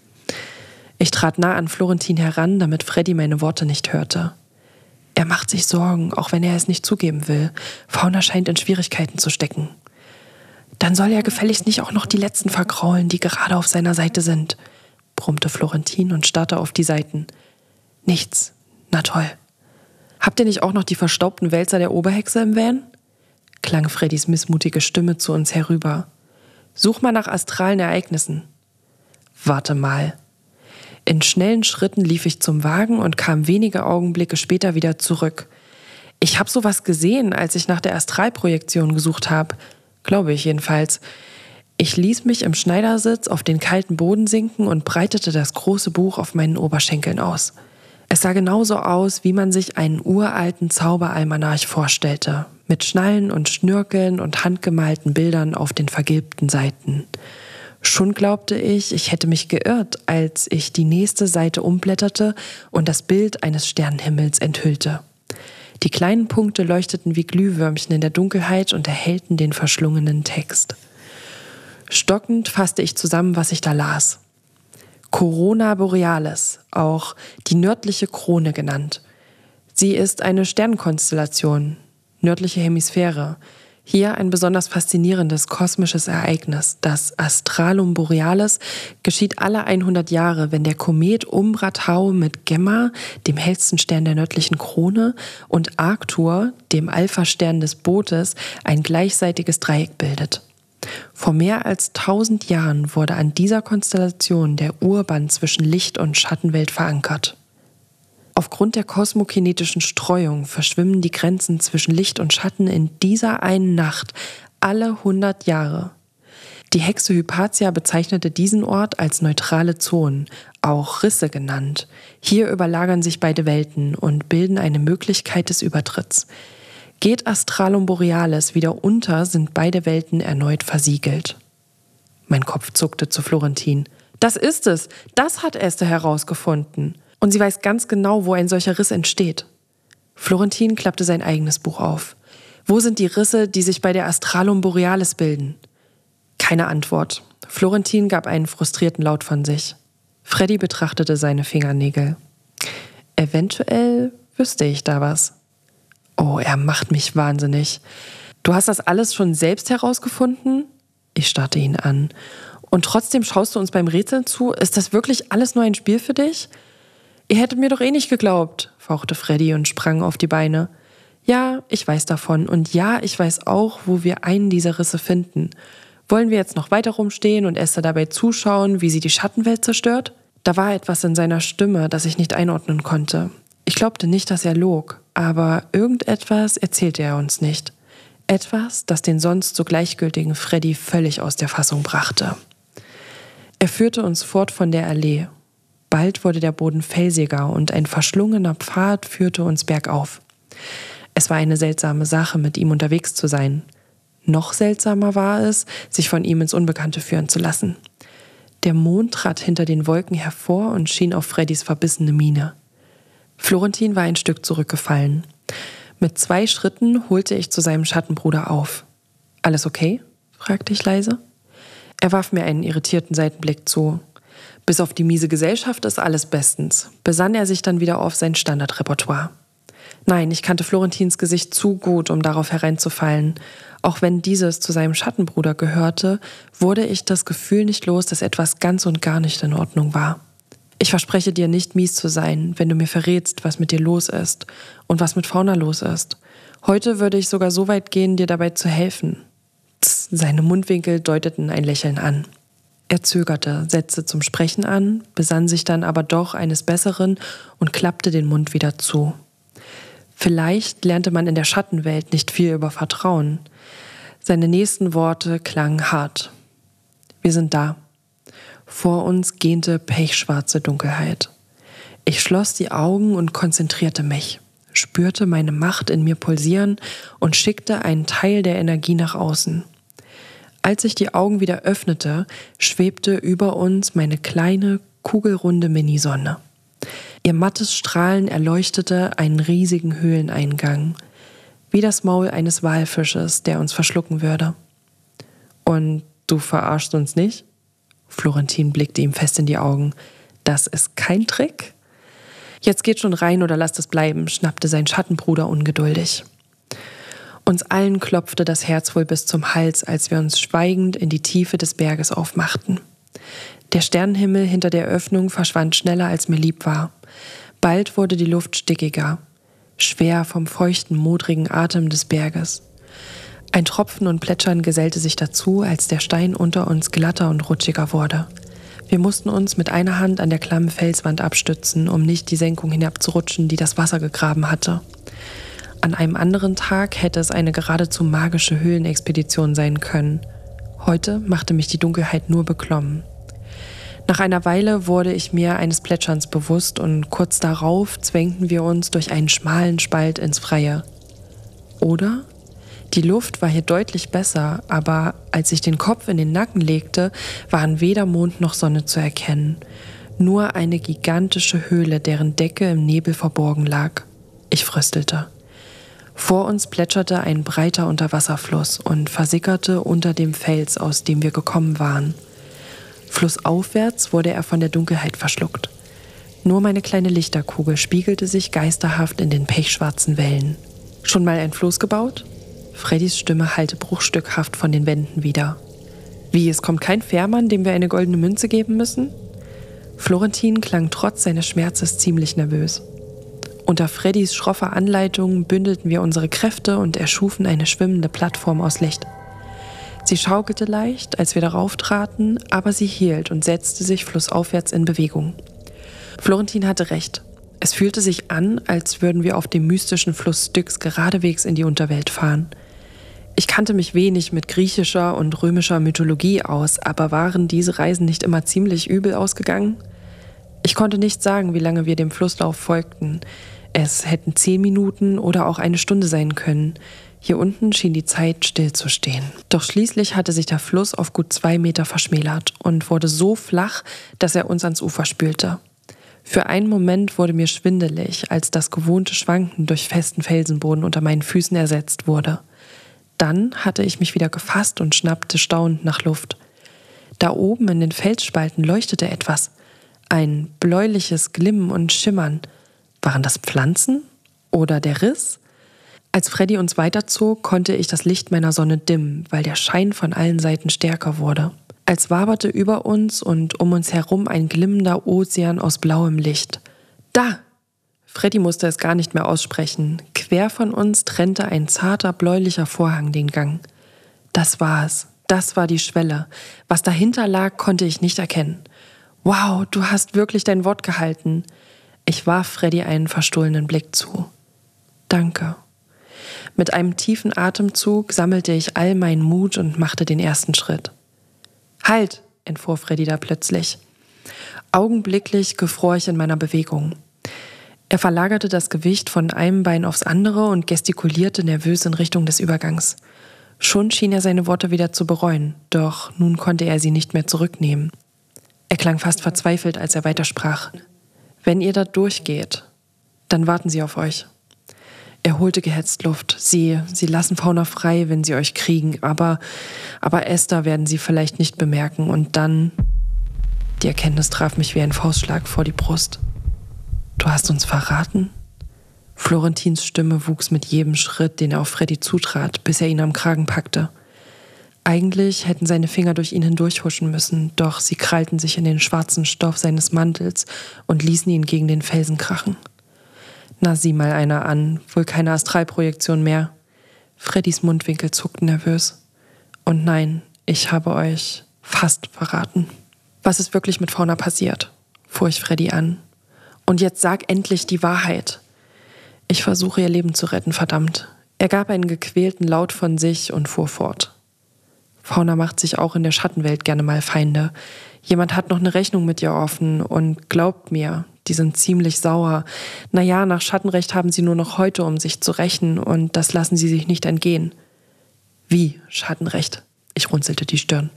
Speaker 1: Ich trat nah an Florentin heran, damit Freddy meine Worte nicht hörte. Er macht sich Sorgen, auch wenn er es nicht zugeben will. Fauna scheint in Schwierigkeiten zu stecken. Dann soll er gefälligst nicht auch noch die Letzten vergraulen, die gerade auf seiner Seite sind, brummte Florentin und starrte auf die Seiten. Nichts. Na toll. Habt ihr nicht auch noch die verstaubten Wälzer der Oberhexe im Van? Klang Freddys missmutige Stimme zu uns herüber. Such mal nach astralen Ereignissen. Warte mal. In schnellen Schritten lief ich zum Wagen und kam wenige Augenblicke später wieder zurück. Ich habe sowas gesehen, als ich nach der Astralprojektion gesucht habe. Glaube ich jedenfalls. Ich ließ mich im Schneidersitz auf den kalten Boden sinken und breitete das große Buch auf meinen Oberschenkeln aus. Es sah genauso aus, wie man sich einen uralten Zauberalmanach vorstellte, mit Schnallen und Schnürkeln und handgemalten Bildern auf den vergilbten Seiten. Schon glaubte ich, ich hätte mich geirrt, als ich die nächste Seite umblätterte und das Bild eines Sternenhimmels enthüllte. Die kleinen Punkte leuchteten wie Glühwürmchen in der Dunkelheit und erhellten den verschlungenen Text. Stockend fasste ich zusammen, was ich da las. Corona Borealis, auch die nördliche Krone genannt. Sie ist eine Sternenkonstellation, nördliche Hemisphäre. Hier ein besonders faszinierendes kosmisches Ereignis. Das Astralum Borealis geschieht alle hundert Jahre, wenn der Komet Umbra Tau mit Gemma, dem hellsten Stern der nördlichen Krone, und Arctur, dem Alpha-Stern des Bootes, ein gleichseitiges Dreieck bildet. Vor mehr als tausend Jahren wurde an dieser Konstellation der Urband zwischen Licht- und Schattenwelt verankert. Aufgrund der kosmokinetischen Streuung verschwimmen die Grenzen zwischen Licht und Schatten in dieser einen Nacht alle hundert Jahre. Die Hexe Hypatia bezeichnete diesen Ort als neutrale Zonen, auch Risse genannt. Hier überlagern sich beide Welten und bilden eine Möglichkeit des Übertritts. Geht Astralum Borealis wieder unter, sind beide Welten erneut versiegelt. Mein Kopf zuckte zu Florentin. Das ist es! Das hat Esther herausgefunden! Und sie weiß ganz genau, wo ein solcher Riss entsteht. Florentin klappte sein eigenes Buch auf. Wo sind die Risse, die sich bei der Astralum Borealis bilden? Keine Antwort. Florentin gab einen frustrierten Laut von sich. Freddy betrachtete seine Fingernägel. Eventuell wüsste ich da was. Oh, er macht mich wahnsinnig. Du hast das alles schon selbst herausgefunden? Ich starrte ihn an. Und trotzdem schaust du uns beim Rätseln zu? Ist das wirklich alles nur ein Spiel für dich? Ihr hättet mir doch eh nicht geglaubt, fauchte Freddy und sprang auf die Beine. Ja, ich weiß davon. Und ja, ich weiß auch, wo wir einen dieser Risse finden. Wollen wir jetzt noch weiter rumstehen und Esther dabei zuschauen, wie sie die Schattenwelt zerstört? Da war etwas in seiner Stimme, das ich nicht einordnen konnte. Ich glaubte nicht, dass er log, aber irgendetwas erzählte er uns nicht. Etwas, das den sonst so gleichgültigen Freddy völlig aus der Fassung brachte. Er führte uns fort von der Allee. Bald wurde der Boden felsiger und ein verschlungener Pfad führte uns bergauf. Es war eine seltsame Sache, mit ihm unterwegs zu sein. Noch seltsamer war es, sich von ihm ins Unbekannte führen zu lassen. Der Mond trat hinter den Wolken hervor und schien auf Freddys verbissene Miene. Florentin war ein Stück zurückgefallen. Mit zwei Schritten holte ich zu seinem Schattenbruder auf. »Alles okay?« fragte ich leise. Er warf mir einen irritierten Seitenblick zu. Bis auf die miese Gesellschaft ist alles bestens, besann er sich dann wieder auf sein Standardrepertoire. Nein, ich kannte Florentins Gesicht zu gut, um darauf hereinzufallen. Auch wenn dieses zu seinem Schattenbruder gehörte, wurde ich das Gefühl nicht los, dass etwas ganz und gar nicht in Ordnung war. Ich verspreche dir nicht mies zu sein, wenn du mir verrätst, was mit dir los ist und was mit Fauna los ist. Heute würde ich sogar so weit gehen, dir dabei zu helfen. Tss, seine Mundwinkel deuteten ein Lächeln an. Er zögerte, setzte zum Sprechen an, besann sich dann aber doch eines Besseren und klappte den Mund wieder zu. Vielleicht lernte man in der Schattenwelt nicht viel über Vertrauen. Seine nächsten Worte klangen hart. Wir sind da. Vor uns gähnte pechschwarze Dunkelheit. Ich schloss die Augen und konzentrierte mich, spürte meine Macht in mir pulsieren und schickte einen Teil der Energie nach außen. Als ich die Augen wieder öffnete, schwebte über uns meine kleine, kugelrunde Minisonne. Ihr mattes Strahlen erleuchtete einen riesigen Höhleneingang, wie das Maul eines Walfisches, der uns verschlucken würde. Und du verarschst uns nicht? Florentin blickte ihm fest in die Augen. Das ist kein Trick? Jetzt geht schon rein oder lasst es bleiben, schnappte sein Schattenbruder ungeduldig. Uns allen klopfte das Herz wohl bis zum Hals, als wir uns schweigend in die Tiefe des Berges aufmachten. Der Sternenhimmel hinter der Öffnung verschwand schneller, als mir lieb war. Bald wurde die Luft stickiger, schwer vom feuchten, modrigen Atem des Berges. Ein Tropfen und Plätschern gesellte sich dazu, als der Stein unter uns glatter und rutschiger wurde. Wir mussten uns mit einer Hand an der klammen Felswand abstützen, um nicht die Senkung hinabzurutschen, die das Wasser gegraben hatte. An einem anderen Tag hätte es eine geradezu magische Höhlenexpedition sein können. Heute machte mich die Dunkelheit nur beklommen. Nach einer Weile wurde ich mir eines Plätscherns bewusst und kurz darauf zwängten wir uns durch einen schmalen Spalt ins Freie. Oder? Die Luft war hier deutlich besser, aber als ich den Kopf in den Nacken legte, waren weder Mond noch Sonne zu erkennen. Nur eine gigantische Höhle, deren Decke im Nebel verborgen lag. Ich fröstelte. Vor uns plätscherte ein breiter Unterwasserfluss und versickerte unter dem Fels, aus dem wir gekommen waren. Flussaufwärts wurde er von der Dunkelheit verschluckt. Nur meine kleine Lichterkugel spiegelte sich geisterhaft in den pechschwarzen Wellen. Schon mal ein Floß gebaut? Freddys Stimme hallte bruchstückhaft von den Wänden wieder. Wie, es kommt kein Fährmann, dem wir eine goldene Münze geben müssen? Florentin klang trotz seines Schmerzes ziemlich nervös. Unter Freddys schroffer Anleitung bündelten wir unsere Kräfte und erschufen eine schwimmende Plattform aus Licht. Sie schaukelte লৈcht, als wir darauf traten, aber sie hielt und setzte sich flussaufwärts in Bewegung. Florentin hatte recht. Es fühlte sich an, als würden wir auf dem mystischen Fluss Styx geradewegs in die Unterwelt fahren. Ich kannte mich wenig mit griechischer und römischer Mythologie aus, aber waren diese Reisen nicht immer ziemlich übel ausgegangen? Ich konnte nicht sagen, wie lange wir dem Flusslauf folgten. Es hätten zehn Minuten oder auch eine Stunde sein können. Hier unten schien die Zeit stillzustehen. Doch schließlich hatte sich der Fluss auf gut zwei Meter verschmälert und wurde so flach, dass er uns ans Ufer spülte. Für einen Moment wurde mir schwindelig, als das gewohnte Schwanken durch festen Felsenboden unter meinen Füßen ersetzt wurde. Dann hatte ich mich wieder gefasst und schnappte staunend nach Luft. Da oben in den Felsspalten leuchtete etwas. Ein bläuliches Glimmen und Schimmern. Waren das Pflanzen? Oder der Riss? Als Freddy uns weiterzog, konnte ich das Licht meiner Sonne dimmen, weil der Schein von allen Seiten stärker wurde. Als waberte über uns und um uns herum ein glimmender Ozean aus blauem Licht. Da! Freddy musste es gar nicht mehr aussprechen. Quer von uns trennte ein zarter, bläulicher Vorhang den Gang. Das war es. Das war die Schwelle. Was dahinter lag, konnte ich nicht erkennen. Wow, du hast wirklich dein Wort gehalten. Ich warf Freddy einen verstohlenen Blick zu. Danke. Mit einem tiefen Atemzug sammelte ich all meinen Mut und machte den ersten Schritt. Halt, entfuhr Freddy da plötzlich. Augenblicklich gefror ich in meiner Bewegung. Er verlagerte das Gewicht von einem Bein aufs andere und gestikulierte nervös in Richtung des Übergangs. Schon schien er seine Worte wieder zu bereuen, doch nun konnte er sie nicht mehr zurücknehmen. Er klang fast verzweifelt, als er weitersprach. Wenn ihr da durchgeht, dann warten sie auf euch. Er holte gehetzt Luft. Sie, sie lassen Fauna frei, wenn sie euch kriegen, aber, aber Esther werden sie vielleicht nicht bemerken und dann... Die Erkenntnis traf mich wie ein Faustschlag vor die Brust. Du hast uns verraten? Florentins Stimme wuchs mit jedem Schritt, den er auf Freddy zutrat, bis er ihn am Kragen packte. Eigentlich hätten seine Finger durch ihn hindurchhuschen müssen, doch sie krallten sich in den schwarzen Stoff seines Mantels und ließen ihn gegen den Felsen krachen. Na, sieh mal einer an, wohl keine Astralprojektion mehr. Freddys Mundwinkel zuckten nervös. Und nein, ich habe euch fast verraten. Was ist wirklich mit Fauna passiert? Fuhr ich Freddy an. Und jetzt sag endlich die Wahrheit. Ich versuche ihr Leben zu retten, verdammt. Er gab einen gequälten Laut von sich und fuhr fort. Fauna macht sich auch in der Schattenwelt gerne mal Feinde. Jemand hat noch eine Rechnung mit ihr offen und glaubt mir, die sind ziemlich sauer. Naja, nach Schattenrecht haben sie nur noch heute, um sich zu rächen und das lassen sie sich nicht entgehen. Wie Schattenrecht? Ich runzelte die Stirn.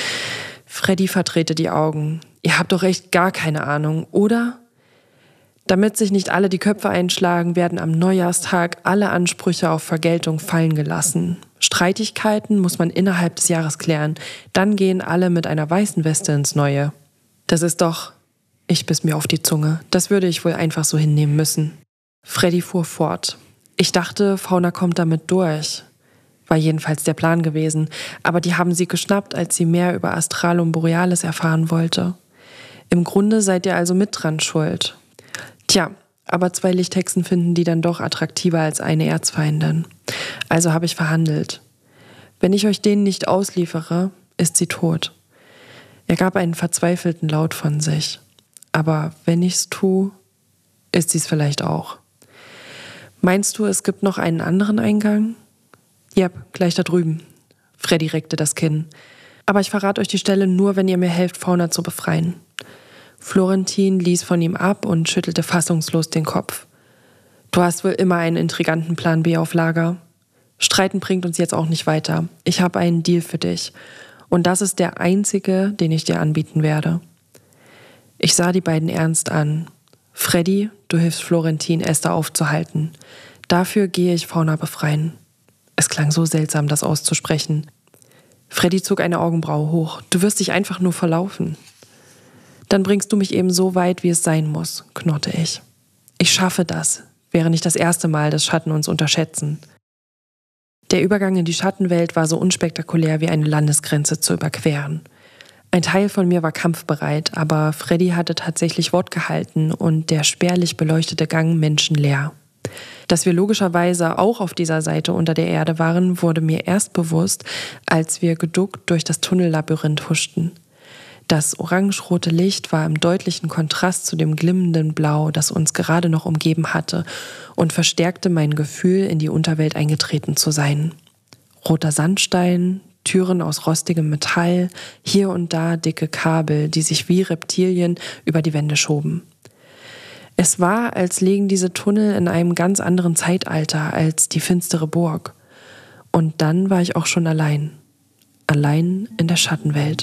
Speaker 1: Freddy verdrehte die Augen. Ihr habt doch echt gar keine Ahnung, oder? Damit sich nicht alle die Köpfe einschlagen, werden am Neujahrstag alle Ansprüche auf Vergeltung fallen gelassen. Streitigkeiten muss man innerhalb des Jahres klären. Dann gehen alle mit einer weißen Weste ins Neue. Das ist doch... Ich biss mir auf die Zunge. Das würde ich wohl einfach so hinnehmen müssen. Freddy fuhr fort. Ich dachte, Fauna kommt damit durch. War jedenfalls der Plan gewesen. Aber die haben sie geschnappt, als sie mehr über Astralum Borealis erfahren wollte. Im Grunde seid ihr also mit dran schuld. Tja, aber zwei Lichthexen finden die dann doch attraktiver als eine Erzfeindin. Also habe ich verhandelt. Wenn ich euch denen nicht ausliefere, ist sie tot. Er gab einen verzweifelten Laut von sich. Aber wenn ich's tue, ist sie's vielleicht auch. Meinst du, es gibt noch einen anderen Eingang? Jep, gleich da drüben. Freddy reckte das Kinn. Aber ich verrate euch die Stelle nur, wenn ihr mir helft, Fauna zu befreien. Florentin ließ von ihm ab und schüttelte fassungslos den Kopf. Du hast wohl immer einen intriganten Plan B auf Lager. Streiten bringt uns jetzt auch nicht weiter. Ich habe einen Deal für dich. Und das ist der einzige, den ich dir anbieten werde. Ich sah die beiden ernst an. Freddy, du hilfst Florentin, Esther aufzuhalten. Dafür gehe ich Fauna befreien. Es klang so seltsam, das auszusprechen. Freddy zog eine Augenbraue hoch. Du wirst dich einfach nur verlaufen. Dann bringst du mich eben so weit, wie es sein muss, knurrte ich. Ich schaffe das. Wäre nicht das erste Mal, dass Schatten uns unterschätzen. Der Übergang in die Schattenwelt war so unspektakulär wie eine Landesgrenze zu überqueren. Ein Teil von mir war kampfbereit, aber Freddy hatte tatsächlich Wort gehalten und der spärlich beleuchtete Gang menschenleer. Dass wir logischerweise auch auf dieser Seite unter der Erde waren, wurde mir erst bewusst, als wir geduckt durch das Tunnellabyrinth huschten. Das orangerote Licht war im deutlichen Kontrast zu dem glimmenden Blau, das uns gerade noch umgeben hatte und verstärkte mein Gefühl, in die Unterwelt eingetreten zu sein. Roter Sandstein, Türen aus rostigem Metall, hier und da dicke Kabel, die sich wie Reptilien über die Wände schoben. Es war, als lägen diese Tunnel in einem ganz anderen Zeitalter als die finstere Burg. Und dann war ich auch schon allein. Allein in der Schattenwelt.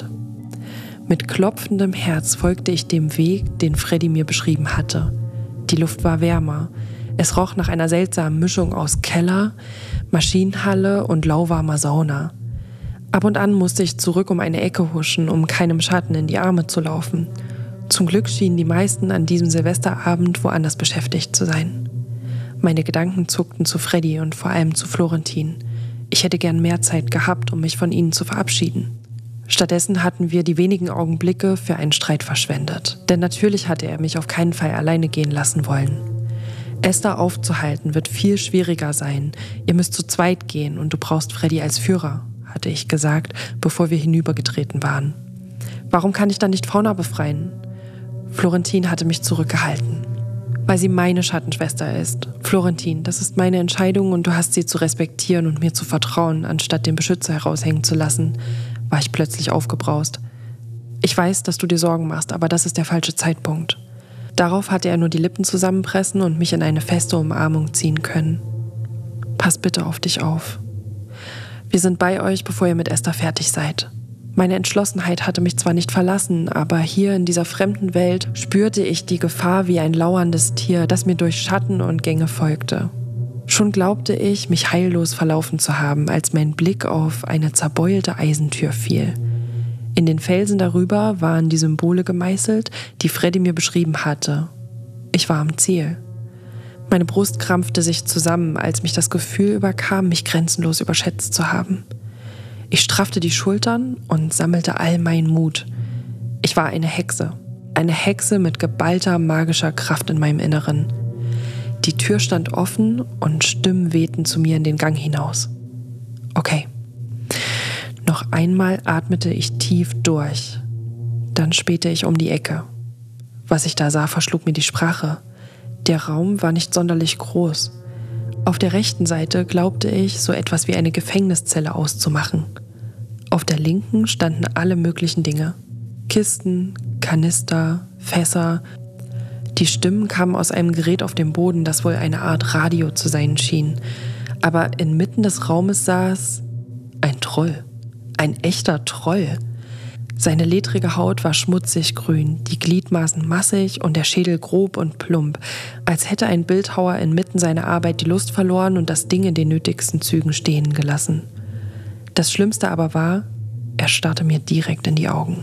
Speaker 1: Mit klopfendem Herz folgte ich dem Weg, den Freddy mir beschrieben hatte. Die Luft war wärmer. Es roch nach einer seltsamen Mischung aus Keller, Maschinenhalle und lauwarmer Sauna. Ab und an musste ich zurück um eine Ecke huschen, um keinem Schatten in die Arme zu laufen. Zum Glück schienen die meisten an diesem Silvesterabend woanders beschäftigt zu sein. Meine Gedanken zuckten zu Freddy und vor allem zu Florentin. Ich hätte gern mehr Zeit gehabt, um mich von ihnen zu verabschieden. Stattdessen hatten wir die wenigen Augenblicke für einen Streit verschwendet. Denn natürlich hatte er mich auf keinen Fall alleine gehen lassen wollen. Esther aufzuhalten wird viel schwieriger sein. Ihr müsst zu zweit gehen und du brauchst Freddy als Führer, hatte ich gesagt, bevor wir hinübergetreten waren. Warum kann ich dann nicht Fauna befreien? Florentin hatte mich zurückgehalten. Weil sie meine Schattenschwester ist. Florentin, das ist meine Entscheidung und du hast sie zu respektieren und mir zu vertrauen, anstatt den Beschützer heraushängen zu lassen, war ich plötzlich aufgebraust. Ich weiß, dass du dir Sorgen machst, aber das ist der falsche Zeitpunkt. Darauf hatte er nur die Lippen zusammenpressen und mich in eine feste Umarmung ziehen können. Pass bitte auf dich auf. Wir sind bei euch, bevor ihr mit Esther fertig seid. Meine Entschlossenheit hatte mich zwar nicht verlassen, aber hier in dieser fremden Welt spürte ich die Gefahr wie ein lauerndes Tier, das mir durch Schatten und Gänge folgte. Schon glaubte ich, mich heillos verlaufen zu haben, als mein Blick auf eine zerbeulte Eisentür fiel. In den Felsen darüber waren die Symbole gemeißelt, die Freddy mir beschrieben hatte. Ich war am Ziel. Meine Brust krampfte sich zusammen, als mich das Gefühl überkam, mich grenzenlos überschätzt zu haben. Ich straffte die Schultern und sammelte all meinen Mut. Ich war eine Hexe. Eine Hexe mit geballter magischer Kraft in meinem Inneren. Die Tür stand offen und Stimmen wehten zu mir in den Gang hinaus. Okay. Noch einmal atmete ich tief durch. Dann spähte ich um die Ecke. Was ich da sah, verschlug mir die Sprache. Der Raum war nicht sonderlich groß. Auf der rechten Seite glaubte ich, so etwas wie eine Gefängniszelle auszumachen. Auf der linken standen alle möglichen Dinge. Kisten, Kanister, Fässer. Die Stimmen kamen aus einem Gerät auf dem Boden, das wohl eine Art Radio zu sein schien. Aber inmitten des Raumes saß ein Troll. Ein echter Troll. Seine ledrige Haut war schmutzig grün, die Gliedmaßen massig und der Schädel grob und plump, als hätte ein Bildhauer inmitten seiner Arbeit die Lust verloren und das Ding in den nötigsten Zügen stehen gelassen. Das Schlimmste aber war, er starrte mir direkt in die Augen.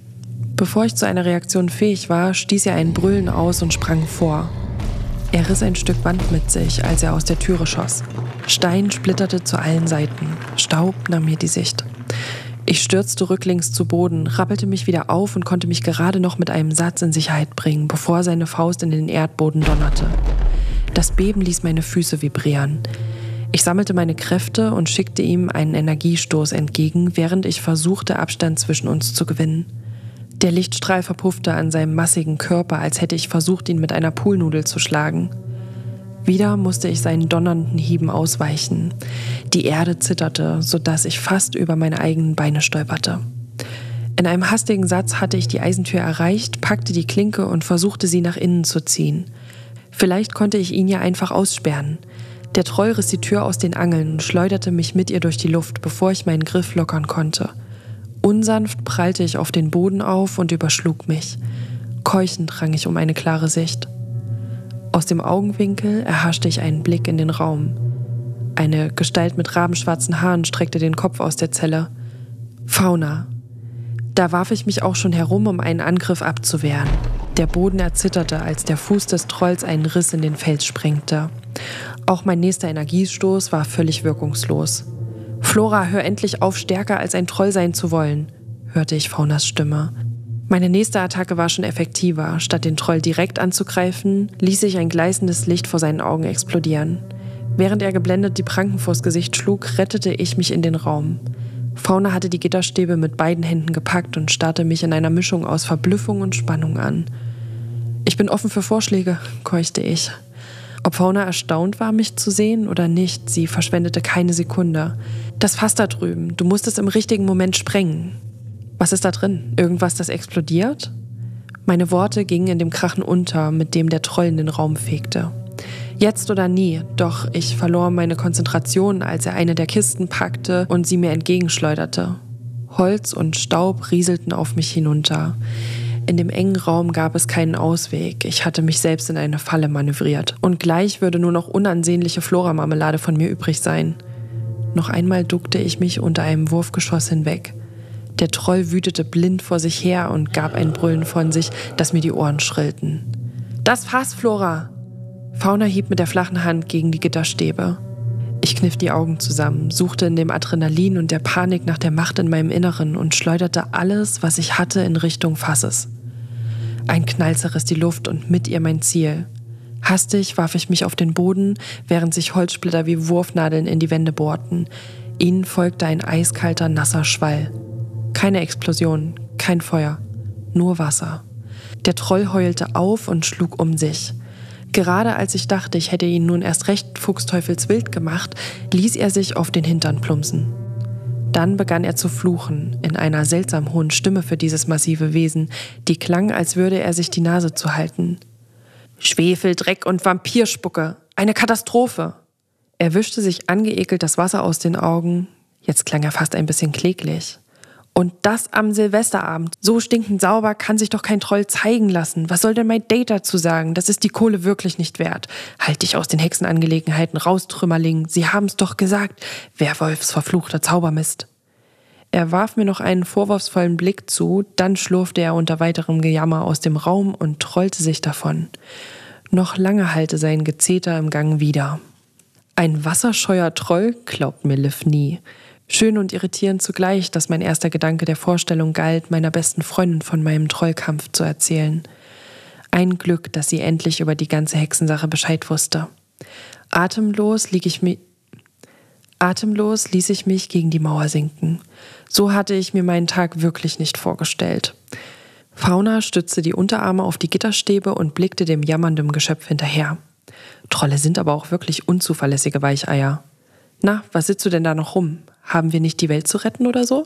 Speaker 1: Bevor ich zu einer Reaktion fähig war, stieß er ein Brüllen aus und sprang vor. Er riss ein Stück Wand mit sich, als er aus der Türe schoss. Stein splitterte zu allen Seiten, Staub nahm mir die Sicht. Ich stürzte rücklings zu Boden, rappelte mich wieder auf und konnte mich gerade noch mit einem Satz in Sicherheit bringen, bevor seine Faust in den Erdboden donnerte. Das Beben ließ meine Füße vibrieren. Ich sammelte meine Kräfte und schickte ihm einen Energiestoß entgegen, während ich versuchte, Abstand zwischen uns zu gewinnen. Der Lichtstrahl verpuffte an seinem massigen Körper, als hätte ich versucht, ihn mit einer Poolnudel zu schlagen. Wieder musste ich seinen donnernden Hieben ausweichen. Die Erde zitterte, sodass ich fast über meine eigenen Beine stolperte. In einem hastigen Satz hatte ich die Eisentür erreicht, packte die Klinke und versuchte, sie nach innen zu ziehen. Vielleicht konnte ich ihn ja einfach aussperren. Der Troll riss die Tür aus den Angeln und schleuderte mich mit ihr durch die Luft, bevor ich meinen Griff lockern konnte. Unsanft prallte ich auf den Boden auf und überschlug mich. Keuchend rang ich um eine klare Sicht. Aus dem Augenwinkel erhaschte ich einen Blick in den Raum. Eine Gestalt mit rabenschwarzen Haaren streckte den Kopf aus der Zelle. Fauna. Da warf ich mich auch schon herum, um einen Angriff abzuwehren. Der Boden erzitterte, als der Fuß des Trolls einen Riss in den Fels sprengte. Auch mein nächster Energiestoß war völlig wirkungslos. »Flora, hör endlich auf, stärker als ein Troll sein zu wollen«, hörte ich Faunas Stimme. Meine nächste Attacke war schon effektiver. Statt den Troll direkt anzugreifen, ließ ich ein gleißendes Licht vor seinen Augen explodieren. Während er geblendet die Pranken vors Gesicht schlug, rettete ich mich in den Raum. Fauna hatte die Gitterstäbe mit beiden Händen gepackt und starrte mich in einer Mischung aus Verblüffung und Spannung an. »Ich bin offen für Vorschläge«, keuchte ich. Ob Fauna erstaunt war, mich zu sehen oder nicht, sie verschwendete keine Sekunde. »Das Fass da drüben, du musst es im richtigen Moment sprengen.« »Was ist da drin? Irgendwas, das explodiert?« Meine Worte gingen in dem Krachen unter, mit dem der Troll in den Raum fegte. Jetzt oder nie, doch ich verlor meine Konzentration, als er eine der Kisten packte und sie mir entgegenschleuderte. Holz und Staub rieselten auf mich hinunter. In dem engen Raum gab es keinen Ausweg. Ich hatte mich selbst in eine Falle manövriert. Und gleich würde nur noch unansehnliche Flora-Marmelade von mir übrig sein. Noch einmal duckte ich mich unter einem Wurfgeschoss hinweg. Der Troll wütete blind vor sich her und gab ein Brüllen von sich, das mir die Ohren schrillten. »Das Fass, Flora!« Fauna hieb mit der flachen Hand gegen die Gitterstäbe. Ich kniff die Augen zusammen, suchte in dem Adrenalin und der Panik nach der Macht in meinem Inneren und schleuderte alles, was ich hatte, in Richtung Fasses. Ein Knall zerriss die Luft und mit ihr mein Ziel. Hastig warf ich mich auf den Boden, während sich Holzsplitter wie Wurfnadeln in die Wände bohrten. Ihnen folgte ein eiskalter, nasser Schwall. Keine Explosion, kein Feuer, nur Wasser. Der Troll heulte auf und schlug um sich. Gerade als ich dachte, ich hätte ihn nun erst recht fuchsteufelswild gemacht, ließ er sich auf den Hintern plumpsen. Dann begann er zu fluchen, in einer seltsam hohen Stimme für dieses massive Wesen, die klang, als würde er sich die Nase zu halten. »Schwefel, Dreck und Vampirspucke! Eine Katastrophe!« Er wischte sich angeekelt das Wasser aus den Augen. Jetzt klang er fast ein bisschen kläglich. »Und das am Silvesterabend. So stinkend sauber kann sich doch kein Troll zeigen lassen. Was soll denn mein Date dazu sagen? Das ist die Kohle wirklich nicht wert. Halt dich aus den Hexenangelegenheiten raus, Trümmerling. Sie haben's doch gesagt. Werwolfs verfluchter Zaubermist.« Er warf mir noch einen vorwurfsvollen Blick zu, dann schlurfte er unter weiterem Gejammer aus dem Raum und trollte sich davon. Noch lange hallte sein Gezeter im Gang wieder. Ein wasserscheuer Troll, glaubt mir Liv nie. Schön und irritierend zugleich, dass mein erster Gedanke der Vorstellung galt, meiner besten Freundin von meinem Trollkampf zu erzählen. Ein Glück, dass sie endlich über die ganze Hexensache Bescheid wusste. Atemlos lieg ich mi- Atemlos ließ ich mich gegen die Mauer sinken. So hatte ich mir meinen Tag wirklich nicht vorgestellt. Fauna stützte die Unterarme auf die Gitterstäbe und blickte dem jammernden Geschöpf hinterher. Trolle sind aber auch wirklich unzuverlässige Weicheier. »Na, was sitzt du denn da noch rum? Haben wir nicht die Welt zu retten oder so?«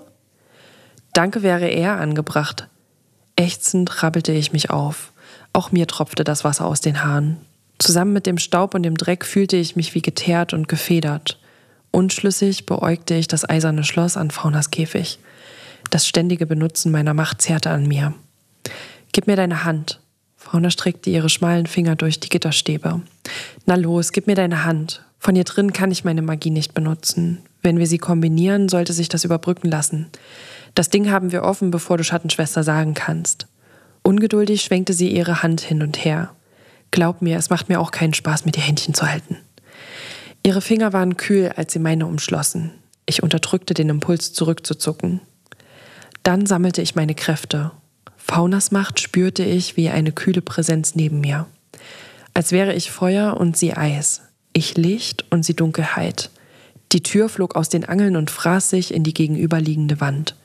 Speaker 1: Danke wäre eher angebracht. Ächzend rabbelte ich mich auf. Auch mir tropfte das Wasser aus den Haaren. Zusammen mit dem Staub und dem Dreck fühlte ich mich wie geteert und gefedert. Unschlüssig beäugte ich das eiserne Schloss an Faunas Käfig. Das ständige Benutzen meiner Macht zehrte an mir. »Gib mir deine Hand.« Fauna streckte ihre schmalen Finger durch die Gitterstäbe. »Na los, gib mir deine Hand. Von hier drin kann ich meine Magie nicht benutzen. Wenn wir sie kombinieren, sollte sich das überbrücken lassen. Das Ding haben wir offen, bevor du Schattenschwester sagen kannst.« Ungeduldig schwenkte sie ihre Hand hin und her. »Glaub mir, es macht mir auch keinen Spaß, mit ihr Händchen zu halten.« Ihre Finger waren kühl, als sie meine umschlossen. Ich unterdrückte den Impuls, zurückzuzucken. Dann sammelte ich meine Kräfte. Faunas Macht spürte ich wie eine kühle Präsenz neben mir. Als wäre ich Feuer und sie Eis. Ich Licht und sie Dunkelheit. Die Tür flog aus den Angeln und fraß sich in die gegenüberliegende Wand.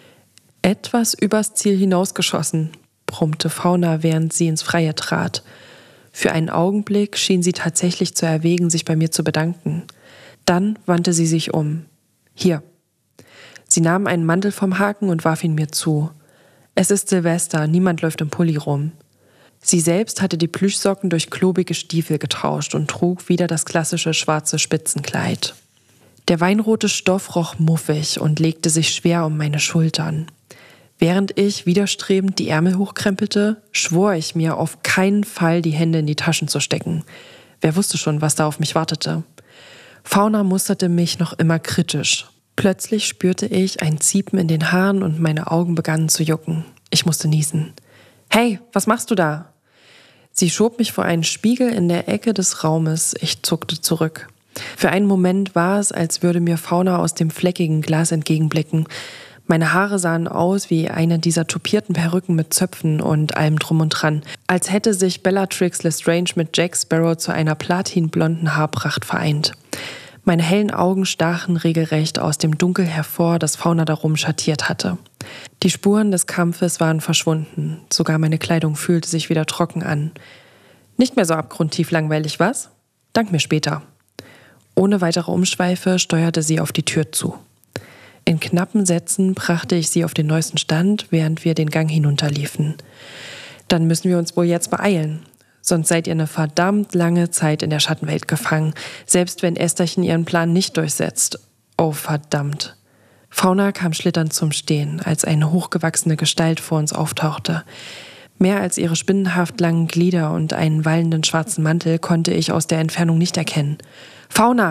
Speaker 1: »Etwas übers Ziel hinausgeschossen«, brummte Fauna, während sie ins Freie trat. Für einen Augenblick schien sie tatsächlich zu erwägen, sich bei mir zu bedanken. Dann wandte sie sich um. »Hier.« Sie nahm einen Mantel vom Haken und warf ihn mir zu. »Es ist Silvester, niemand läuft im Pulli rum.« Sie selbst hatte die Plüschsocken durch klobige Stiefel getauscht und trug wieder das klassische schwarze Spitzenkleid. Der weinrote Stoff roch muffig und legte sich schwer um meine Schultern. Während ich widerstrebend die Ärmel hochkrempelte, schwor ich mir, auf keinen Fall die Hände in die Taschen zu stecken. Wer wusste schon, was da auf mich wartete? Fauna musterte mich noch immer kritisch. Plötzlich spürte ich ein Ziepen in den Haaren und meine Augen begannen zu jucken. Ich musste niesen. »Hey, was machst du da?« Sie schob mich vor einen Spiegel in der Ecke des Raumes. Ich zuckte zurück. Für einen Moment war es, als würde mir Fauna aus dem fleckigen Glas entgegenblicken. Meine Haare sahen aus wie eine dieser tupierten Perücken mit Zöpfen und allem drum und dran, als hätte sich Bellatrix Lestrange mit Jack Sparrow zu einer platinblonden Haarpracht vereint. Meine hellen Augen stachen regelrecht aus dem Dunkel hervor, das Fauna darum schattiert hatte. Die Spuren des Kampfes waren verschwunden, sogar meine Kleidung fühlte sich wieder trocken an. Nicht mehr so abgrundtief langweilig, was? Dank mir später. Ohne weitere Umschweife steuerte sie auf die Tür zu. In knappen Sätzen brachte ich sie auf den neuesten Stand, während wir den Gang hinunterliefen. Dann müssen wir uns wohl jetzt beeilen. Sonst seid ihr eine verdammt lange Zeit in der Schattenwelt gefangen, selbst wenn Estherchen ihren Plan nicht durchsetzt. Oh, verdammt. Fauna kam schlitternd zum Stehen, als eine hochgewachsene Gestalt vor uns auftauchte. Mehr als ihre spinnenhaft langen Glieder und einen wallenden schwarzen Mantel konnte ich aus der Entfernung nicht erkennen. »Fauna«,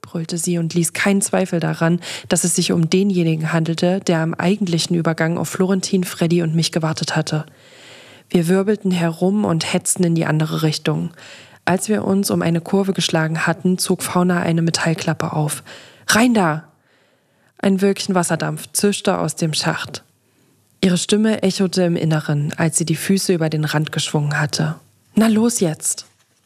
Speaker 1: brüllte sie und ließ keinen Zweifel daran, dass es sich um denjenigen handelte, der am eigentlichen Übergang auf Florentin, Freddy und mich gewartet hatte. Wir wirbelten herum und hetzten in die andere Richtung. Als wir uns um eine Kurve geschlagen hatten, zog Fauna eine Metallklappe auf. »Rein da!« Ein Wölkchen Wasserdampf zischte aus dem Schacht. Ihre Stimme echote im Inneren, als sie die Füße über den Rand geschwungen hatte. »Na los jetzt!«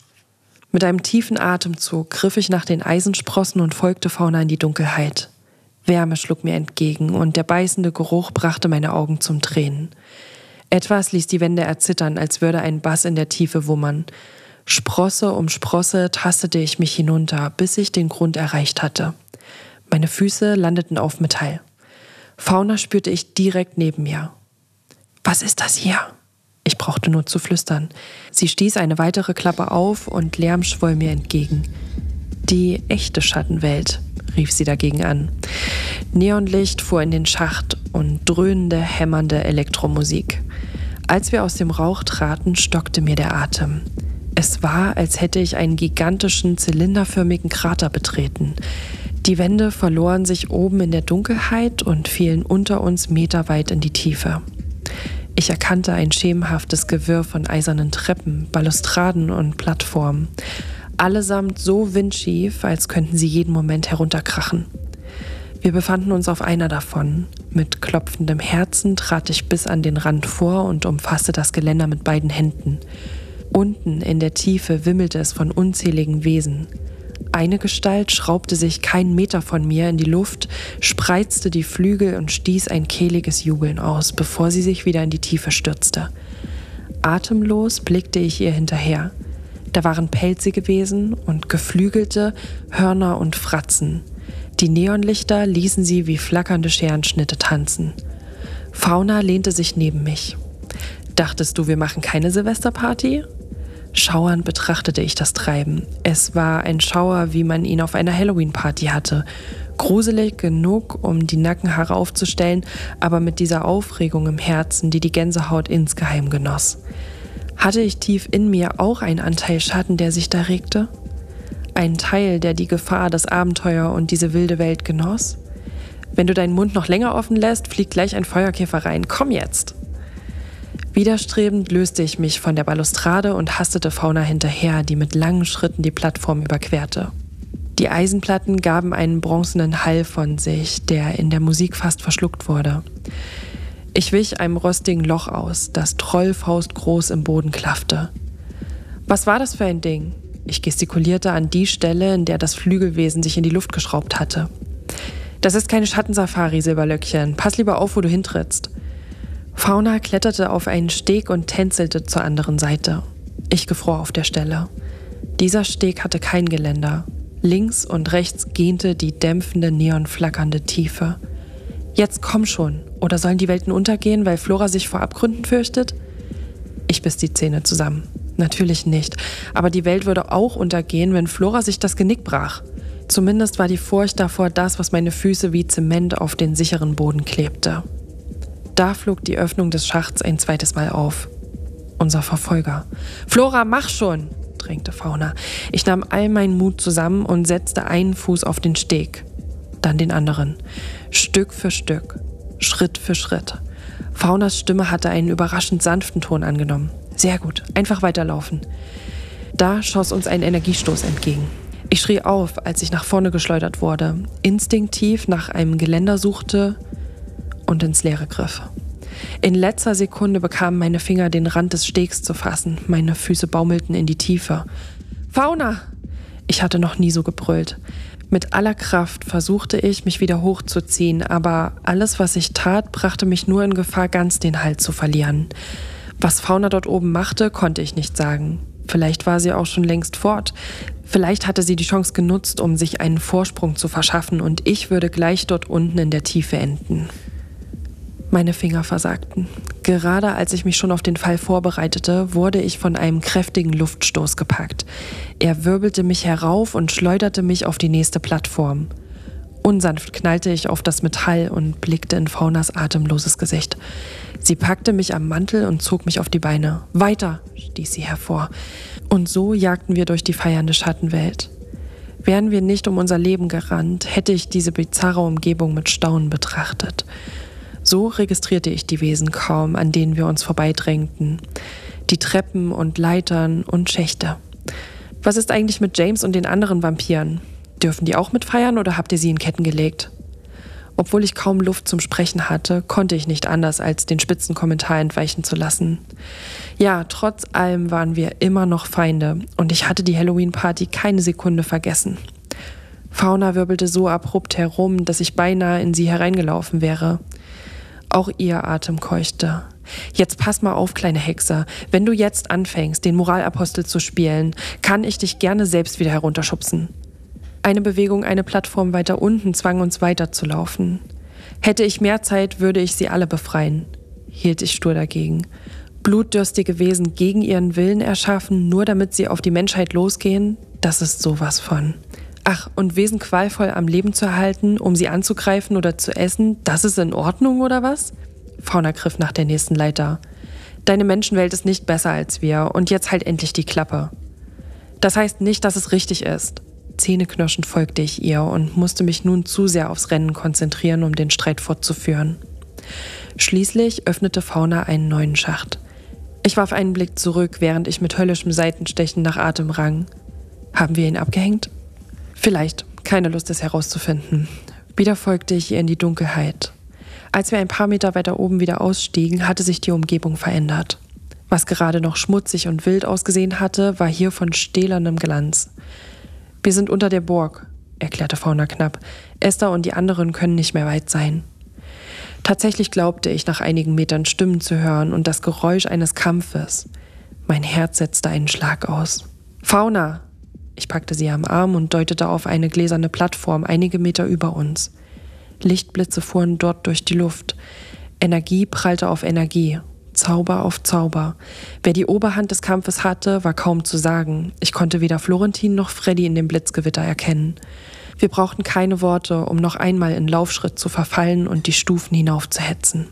Speaker 1: Mit einem tiefen Atemzug griff ich nach den Eisensprossen und folgte Fauna in die Dunkelheit. Wärme schlug mir entgegen und der beißende Geruch brachte meine Augen zum Tränen. Etwas ließ die Wände erzittern, als würde ein Bass in der Tiefe wummern. Sprosse um Sprosse tastete ich mich hinunter, bis ich den Grund erreicht hatte. Meine Füße landeten auf Metall. Fauna spürte ich direkt neben mir. »Was ist das hier?« Ich brauchte nur zu flüstern. Sie stieß eine weitere Klappe auf und Lärm schwoll mir entgegen. »Die echte Schattenwelt«, rief sie dagegen an. Neonlicht fuhr in den Schacht und dröhnende, hämmernde Elektromusik. Als wir aus dem Rauch traten, stockte mir der Atem. Es war, als hätte ich einen gigantischen, zylinderförmigen Krater betreten. Die Wände verloren sich oben in der Dunkelheit und fielen unter uns meterweit in die Tiefe. Ich erkannte ein schemenhaftes Gewirr von eisernen Treppen, Balustraden und Plattformen. Allesamt so windschief, als könnten sie jeden Moment herunterkrachen. Wir befanden uns auf einer davon. Mit klopfendem Herzen trat ich bis an den Rand vor und umfasste das Geländer mit beiden Händen. Unten in der Tiefe wimmelte es von unzähligen Wesen. Eine Gestalt schraubte sich keinen Meter von mir in die Luft, spreizte die Flügel und stieß ein kehliges Jubeln aus, bevor sie sich wieder in die Tiefe stürzte. Atemlos blickte ich ihr hinterher. Da waren pelzige Wesen und geflügelte Hörner und Fratzen. Die Neonlichter ließen sie wie flackernde Scherenschnitte tanzen. Fauna lehnte sich neben mich. »Dachtest du, wir machen keine Silvesterparty?« Schauernd betrachtete ich das Treiben. Es war ein Schauer, wie man ihn auf einer Halloween-Party hatte. Gruselig genug, um die Nackenhaare aufzustellen, aber mit dieser Aufregung im Herzen, die die Gänsehaut insgeheim genoss. Hatte ich tief in mir auch einen Anteil Schatten, der sich da regte? Ein Teil, der die Gefahr, das Abenteuer und diese wilde Welt genoss? Wenn du deinen Mund noch länger offen lässt, fliegt gleich ein Feuerkäfer rein. Komm jetzt! Widerstrebend löste ich mich von der Balustrade und hastete Fauna hinterher, die mit langen Schritten die Plattform überquerte. Die Eisenplatten gaben einen bronzenen Hall von sich, der in der Musik fast verschluckt wurde. Ich wich einem rostigen Loch aus, das trollfaustgroß im Boden klaffte. Was war das für ein Ding? Ich gestikulierte an die Stelle, in der das Flügelwesen sich in die Luft geschraubt hatte. Das ist keine Schattensafari, Silberlöckchen. Pass lieber auf, wo du hintrittst. Fauna kletterte auf einen Steg und tänzelte zur anderen Seite. Ich gefror auf der Stelle. Dieser Steg hatte kein Geländer. Links und rechts gähnte die dämpfende, neonflackernde Tiefe. Jetzt komm schon, oder sollen die Welten untergehen, weil Flora sich vor Abgründen fürchtet? Ich biss die Zähne zusammen. Natürlich nicht, aber die Welt würde auch untergehen, wenn Flora sich das Genick brach. Zumindest war die Furcht davor das, was meine Füße wie Zement auf den sicheren Boden klebte. Da flog die Öffnung des Schachts ein zweites Mal auf. Unser Verfolger. »Flora, mach schon!« drängte Fauna. Ich nahm all meinen Mut zusammen und setzte einen Fuß auf den Steg, dann den anderen. Stück für Stück, Schritt für Schritt. Faunas Stimme hatte einen überraschend sanften Ton angenommen. Sehr gut, einfach weiterlaufen. Da schoss uns ein Energiestoß entgegen. Ich schrie auf, als ich nach vorne geschleudert wurde, instinktiv nach einem Geländer suchte und ins Leere griff. In letzter Sekunde bekamen meine Finger den Rand des Stegs zu fassen. Meine Füße baumelten in die Tiefe. »Fauna!« Ich hatte noch nie so gebrüllt. Mit aller Kraft versuchte ich, mich wieder hochzuziehen, aber alles, was ich tat, brachte mich nur in Gefahr, ganz den Halt zu verlieren. Was Fauna dort oben machte, konnte ich nicht sagen. Vielleicht war sie auch schon längst fort. Vielleicht hatte sie die Chance genutzt, um sich einen Vorsprung zu verschaffen, und ich würde gleich dort unten in der Tiefe enden. Meine Finger versagten. Gerade als ich mich schon auf den Fall vorbereitete, wurde ich von einem kräftigen Luftstoß gepackt. Er wirbelte mich herauf und schleuderte mich auf die nächste Plattform. Unsanft knallte ich auf das Metall und blickte in Faunas atemloses Gesicht. Sie packte mich am Mantel und zog mich auf die Beine. »Weiter«, stieß sie hervor. Und so jagten wir durch die feiernde Schattenwelt. Wären wir nicht um unser Leben gerannt, hätte ich diese bizarre Umgebung mit Staunen betrachtet. So registrierte ich die Wesen kaum, an denen wir uns vorbeidrängten. Die Treppen und Leitern und Schächte. Was ist eigentlich mit James und den anderen Vampiren? Dürfen die auch mitfeiern oder habt ihr sie in Ketten gelegt? Obwohl ich kaum Luft zum Sprechen hatte, konnte ich nicht anders, als den spitzen Kommentar entweichen zu lassen. Ja, trotz allem waren wir immer noch Feinde und ich hatte die Halloween-Party keine Sekunde vergessen. Fauna wirbelte so abrupt herum, dass ich beinahe in sie hereingelaufen wäre. Auch ihr Atem keuchte. Jetzt pass mal auf, kleine Hexe. Wenn du jetzt anfängst, den Moralapostel zu spielen, kann ich dich gerne selbst wieder herunterschubsen. Eine Bewegung, eine Plattform weiter unten zwang uns weiterzulaufen. Hätte ich mehr Zeit, würde ich sie alle befreien, hielt ich stur dagegen. Blutdürstige Wesen gegen ihren Willen erschaffen, nur damit sie auf die Menschheit losgehen, das ist sowas von. Ach, und Wesen qualvoll am Leben zu erhalten, um sie anzugreifen oder zu essen, das ist in Ordnung oder was? Fauna griff nach der nächsten Leiter. Deine Menschenwelt ist nicht besser als wir und jetzt halt endlich die Klappe. Das heißt nicht, dass es richtig ist. Zähneknirschend folgte ich ihr und musste mich nun zu sehr aufs Rennen konzentrieren, um den Streit fortzuführen. Schließlich öffnete Fauna einen neuen Schacht. Ich warf einen Blick zurück, während ich mit höllischem Seitenstechen nach Atem rang. Haben wir ihn abgehängt? Vielleicht. Keine Lust, es herauszufinden. Wieder folgte ich ihr in die Dunkelheit. Als wir ein paar Meter weiter oben wieder ausstiegen, hatte sich die Umgebung verändert. Was gerade noch schmutzig und wild ausgesehen hatte, war hier von stählernem Glanz. Wir sind unter der Burg, erklärte Fauna knapp. Esther und die anderen können nicht mehr weit sein. Tatsächlich glaubte ich, nach einigen Metern Stimmen zu hören und das Geräusch eines Kampfes. Mein Herz setzte einen Schlag aus. Fauna! Ich packte sie am Arm und deutete auf eine gläserne Plattform einige Meter über uns. Lichtblitze fuhren dort durch die Luft. Energie prallte auf Energie. Zauber auf Zauber. Wer die Oberhand des Kampfes hatte, war kaum zu sagen. Ich konnte weder Florentin noch Freddy in dem Blitzgewitter erkennen. Wir brauchten keine Worte, um noch einmal in Laufschritt zu verfallen und die Stufen hinaufzuhetzen.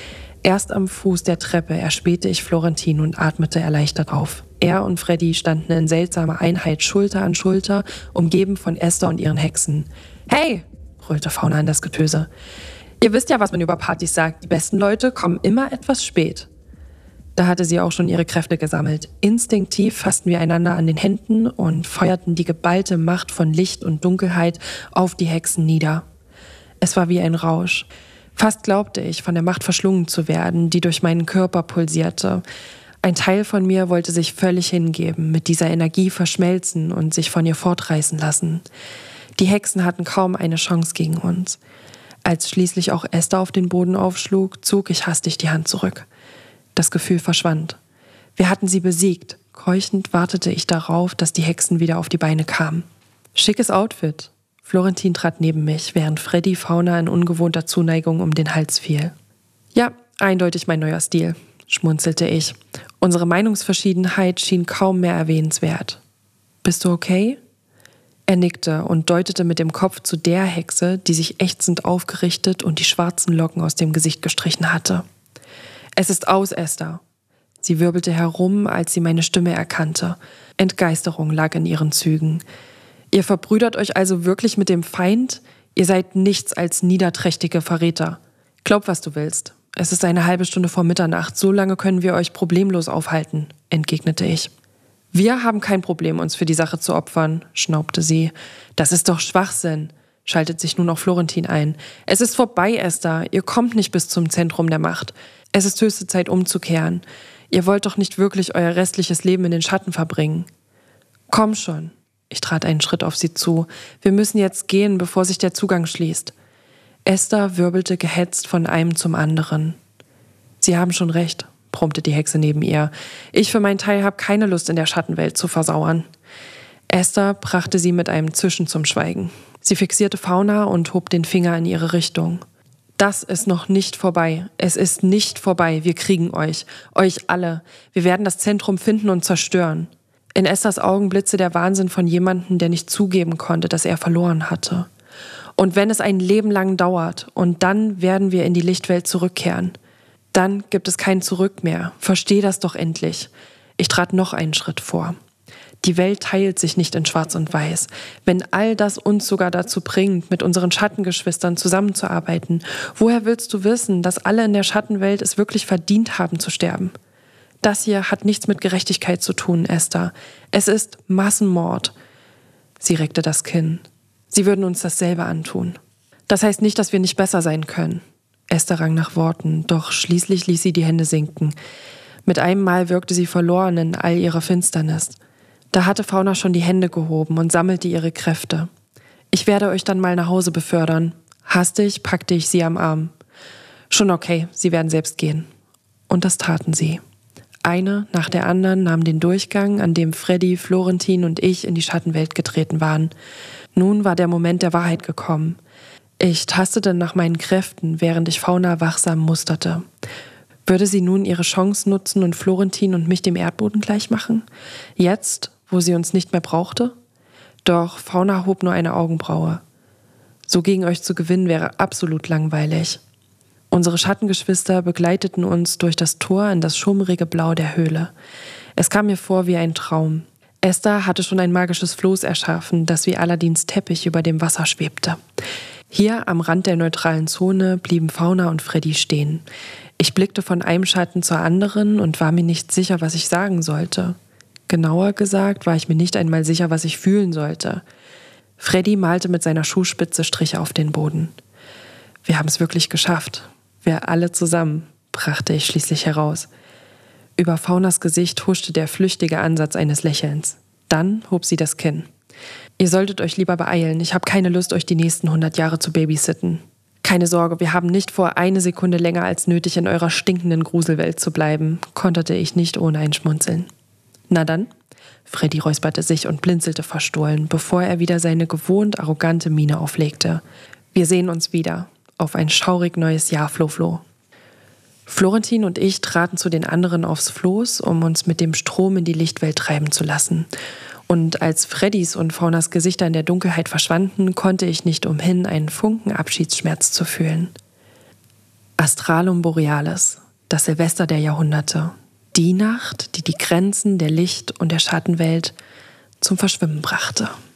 Speaker 1: Erst am Fuß der Treppe erspähte ich Florentin und atmete erleichtert auf. Er und Freddy standen in seltsamer Einheit Schulter an Schulter, umgeben von Esther und ihren Hexen. »Hey!« brüllte Fauna in das Getöse. »Ihr wisst ja, was man über Partys sagt. Die besten Leute kommen immer etwas spät.« Da hatte sie auch schon ihre Kräfte gesammelt. Instinktiv fassten wir einander an den Händen und feuerten die geballte Macht von Licht und Dunkelheit auf die Hexen nieder. Es war wie ein Rausch. Fast glaubte ich, von der Macht verschlungen zu werden, die durch meinen Körper pulsierte. Ein Teil von mir wollte sich völlig hingeben, mit dieser Energie verschmelzen und sich von ihr fortreißen lassen. Die Hexen hatten kaum eine Chance gegen uns. Als schließlich auch Esther auf den Boden aufschlug, zog ich hastig die Hand zurück. Das Gefühl verschwand. Wir hatten sie besiegt. Keuchend wartete ich darauf, dass die Hexen wieder auf die Beine kamen. Schickes Outfit. Florentin trat neben mich, während Freddy Fauna in ungewohnter Zuneigung um den Hals fiel. Ja, eindeutig mein neuer Stil, schmunzelte ich. Unsere Meinungsverschiedenheit schien kaum mehr erwähnenswert. Bist du okay? Er nickte und deutete mit dem Kopf zu der Hexe, die sich ächzend aufgerichtet und die schwarzen Locken aus dem Gesicht gestrichen hatte. »Es ist aus, Esther.« Sie wirbelte herum, als sie meine Stimme erkannte. Entgeisterung lag in ihren Zügen. »Ihr verbrüdert euch also wirklich mit dem Feind? Ihr seid nichts als niederträchtige Verräter. Glaub, was du willst. Es ist eine halbe Stunde vor Mitternacht. So lange können wir euch problemlos aufhalten«, entgegnete ich. »Wir haben kein Problem, uns für die Sache zu opfern«, schnaubte sie. »Das ist doch Schwachsinn«, schaltet sich nun auch Florentin ein. »Es ist vorbei, Esther. Ihr kommt nicht bis zum Zentrum der Macht. Es ist höchste Zeit, umzukehren. Ihr wollt doch nicht wirklich euer restliches Leben in den Schatten verbringen.« »Komm schon.« Ich trat einen Schritt auf sie zu. »Wir müssen jetzt gehen, bevor sich der Zugang schließt.« Esther wirbelte gehetzt von einem zum anderen. »Sie haben schon recht«, brummte die Hexe neben ihr. »Ich für meinen Teil habe keine Lust, in der Schattenwelt zu versauern.« Esther brachte sie mit einem Zischen zum Schweigen. Sie fixierte Fauna und hob den Finger in ihre Richtung. »Das ist noch nicht vorbei. Es ist nicht vorbei. Wir kriegen euch. Euch alle. Wir werden das Zentrum finden und zerstören.« In Esthers Augen blitzte der Wahnsinn von jemandem, der nicht zugeben konnte, dass er verloren hatte. »Und wenn es ein Leben lang dauert, und dann werden wir in die Lichtwelt zurückkehren. Dann gibt es kein Zurück mehr. Versteh das doch endlich.« Ich trat noch einen Schritt vor. Die Welt teilt sich nicht in Schwarz und Weiß. Wenn all das uns sogar dazu bringt, mit unseren Schattengeschwistern zusammenzuarbeiten, woher willst du wissen, dass alle in der Schattenwelt es wirklich verdient haben zu sterben? Das hier hat nichts mit Gerechtigkeit zu tun, Esther. Es ist Massenmord. Sie reckte das Kinn. Sie würden uns dasselbe antun. Das heißt nicht, dass wir nicht besser sein können. Esther rang nach Worten, doch schließlich ließ sie die Hände sinken. Mit einem Mal wirkte sie verloren in all ihrer Finsternis. Da hatte Fauna schon die Hände gehoben und sammelte ihre Kräfte. Ich werde euch dann mal nach Hause befördern. Hastig packte ich sie am Arm. Schon okay, sie werden selbst gehen. Und das taten sie. Eine nach der anderen nahm den Durchgang, an dem Freddy, Florentin und ich in die Schattenwelt getreten waren. Nun war der Moment der Wahrheit gekommen. Ich tastete nach meinen Kräften, während ich Fauna wachsam musterte. Würde sie nun ihre Chance nutzen und Florentin und mich dem Erdboden gleichmachen? Jetzt, wo sie uns nicht mehr brauchte? Doch Fauna hob nur eine Augenbraue. So gegen euch zu gewinnen wäre absolut langweilig. Unsere Schattengeschwister begleiteten uns durch das Tor in das schummrige Blau der Höhle. Es kam mir vor wie ein Traum. Esther hatte schon ein magisches Floß erschaffen, das wie Aladins Teppich über dem Wasser schwebte. Hier am Rand der neutralen Zone blieben Fauna und Freddy stehen. Ich blickte von einem Schatten zur anderen und war mir nicht sicher, was ich sagen sollte. Genauer gesagt war ich mir nicht einmal sicher, was ich fühlen sollte. Freddy malte mit seiner Schuhspitze Striche auf den Boden. Wir haben es wirklich geschafft. Wir alle zusammen, brachte ich schließlich heraus. Über Faunas Gesicht huschte der flüchtige Ansatz eines Lächelns. Dann hob sie das Kinn. Ihr solltet euch lieber beeilen. Ich habe keine Lust, euch die nächsten hundert Jahre zu babysitten. Keine Sorge, wir haben nicht vor, eine Sekunde länger als nötig in eurer stinkenden Gruselwelt zu bleiben, konterte ich nicht ohne ein Schmunzeln. Na dann? Freddy räusperte sich und blinzelte verstohlen, bevor er wieder seine gewohnt arrogante Miene auflegte. Wir sehen uns wieder. Auf ein schaurig neues Jahr, Flo-Flo. Florentin und ich traten zu den anderen aufs Floß, um uns mit dem Strom in die Lichtwelt treiben zu lassen. Und als Freddys und Faunas Gesichter in der Dunkelheit verschwanden, konnte ich nicht umhin, einen Funken Abschiedsschmerz zu fühlen. Astralum Borealis, das Silvester der Jahrhunderte. Die Nacht, die die Grenzen der Licht- und der Schattenwelt zum Verschwimmen brachte.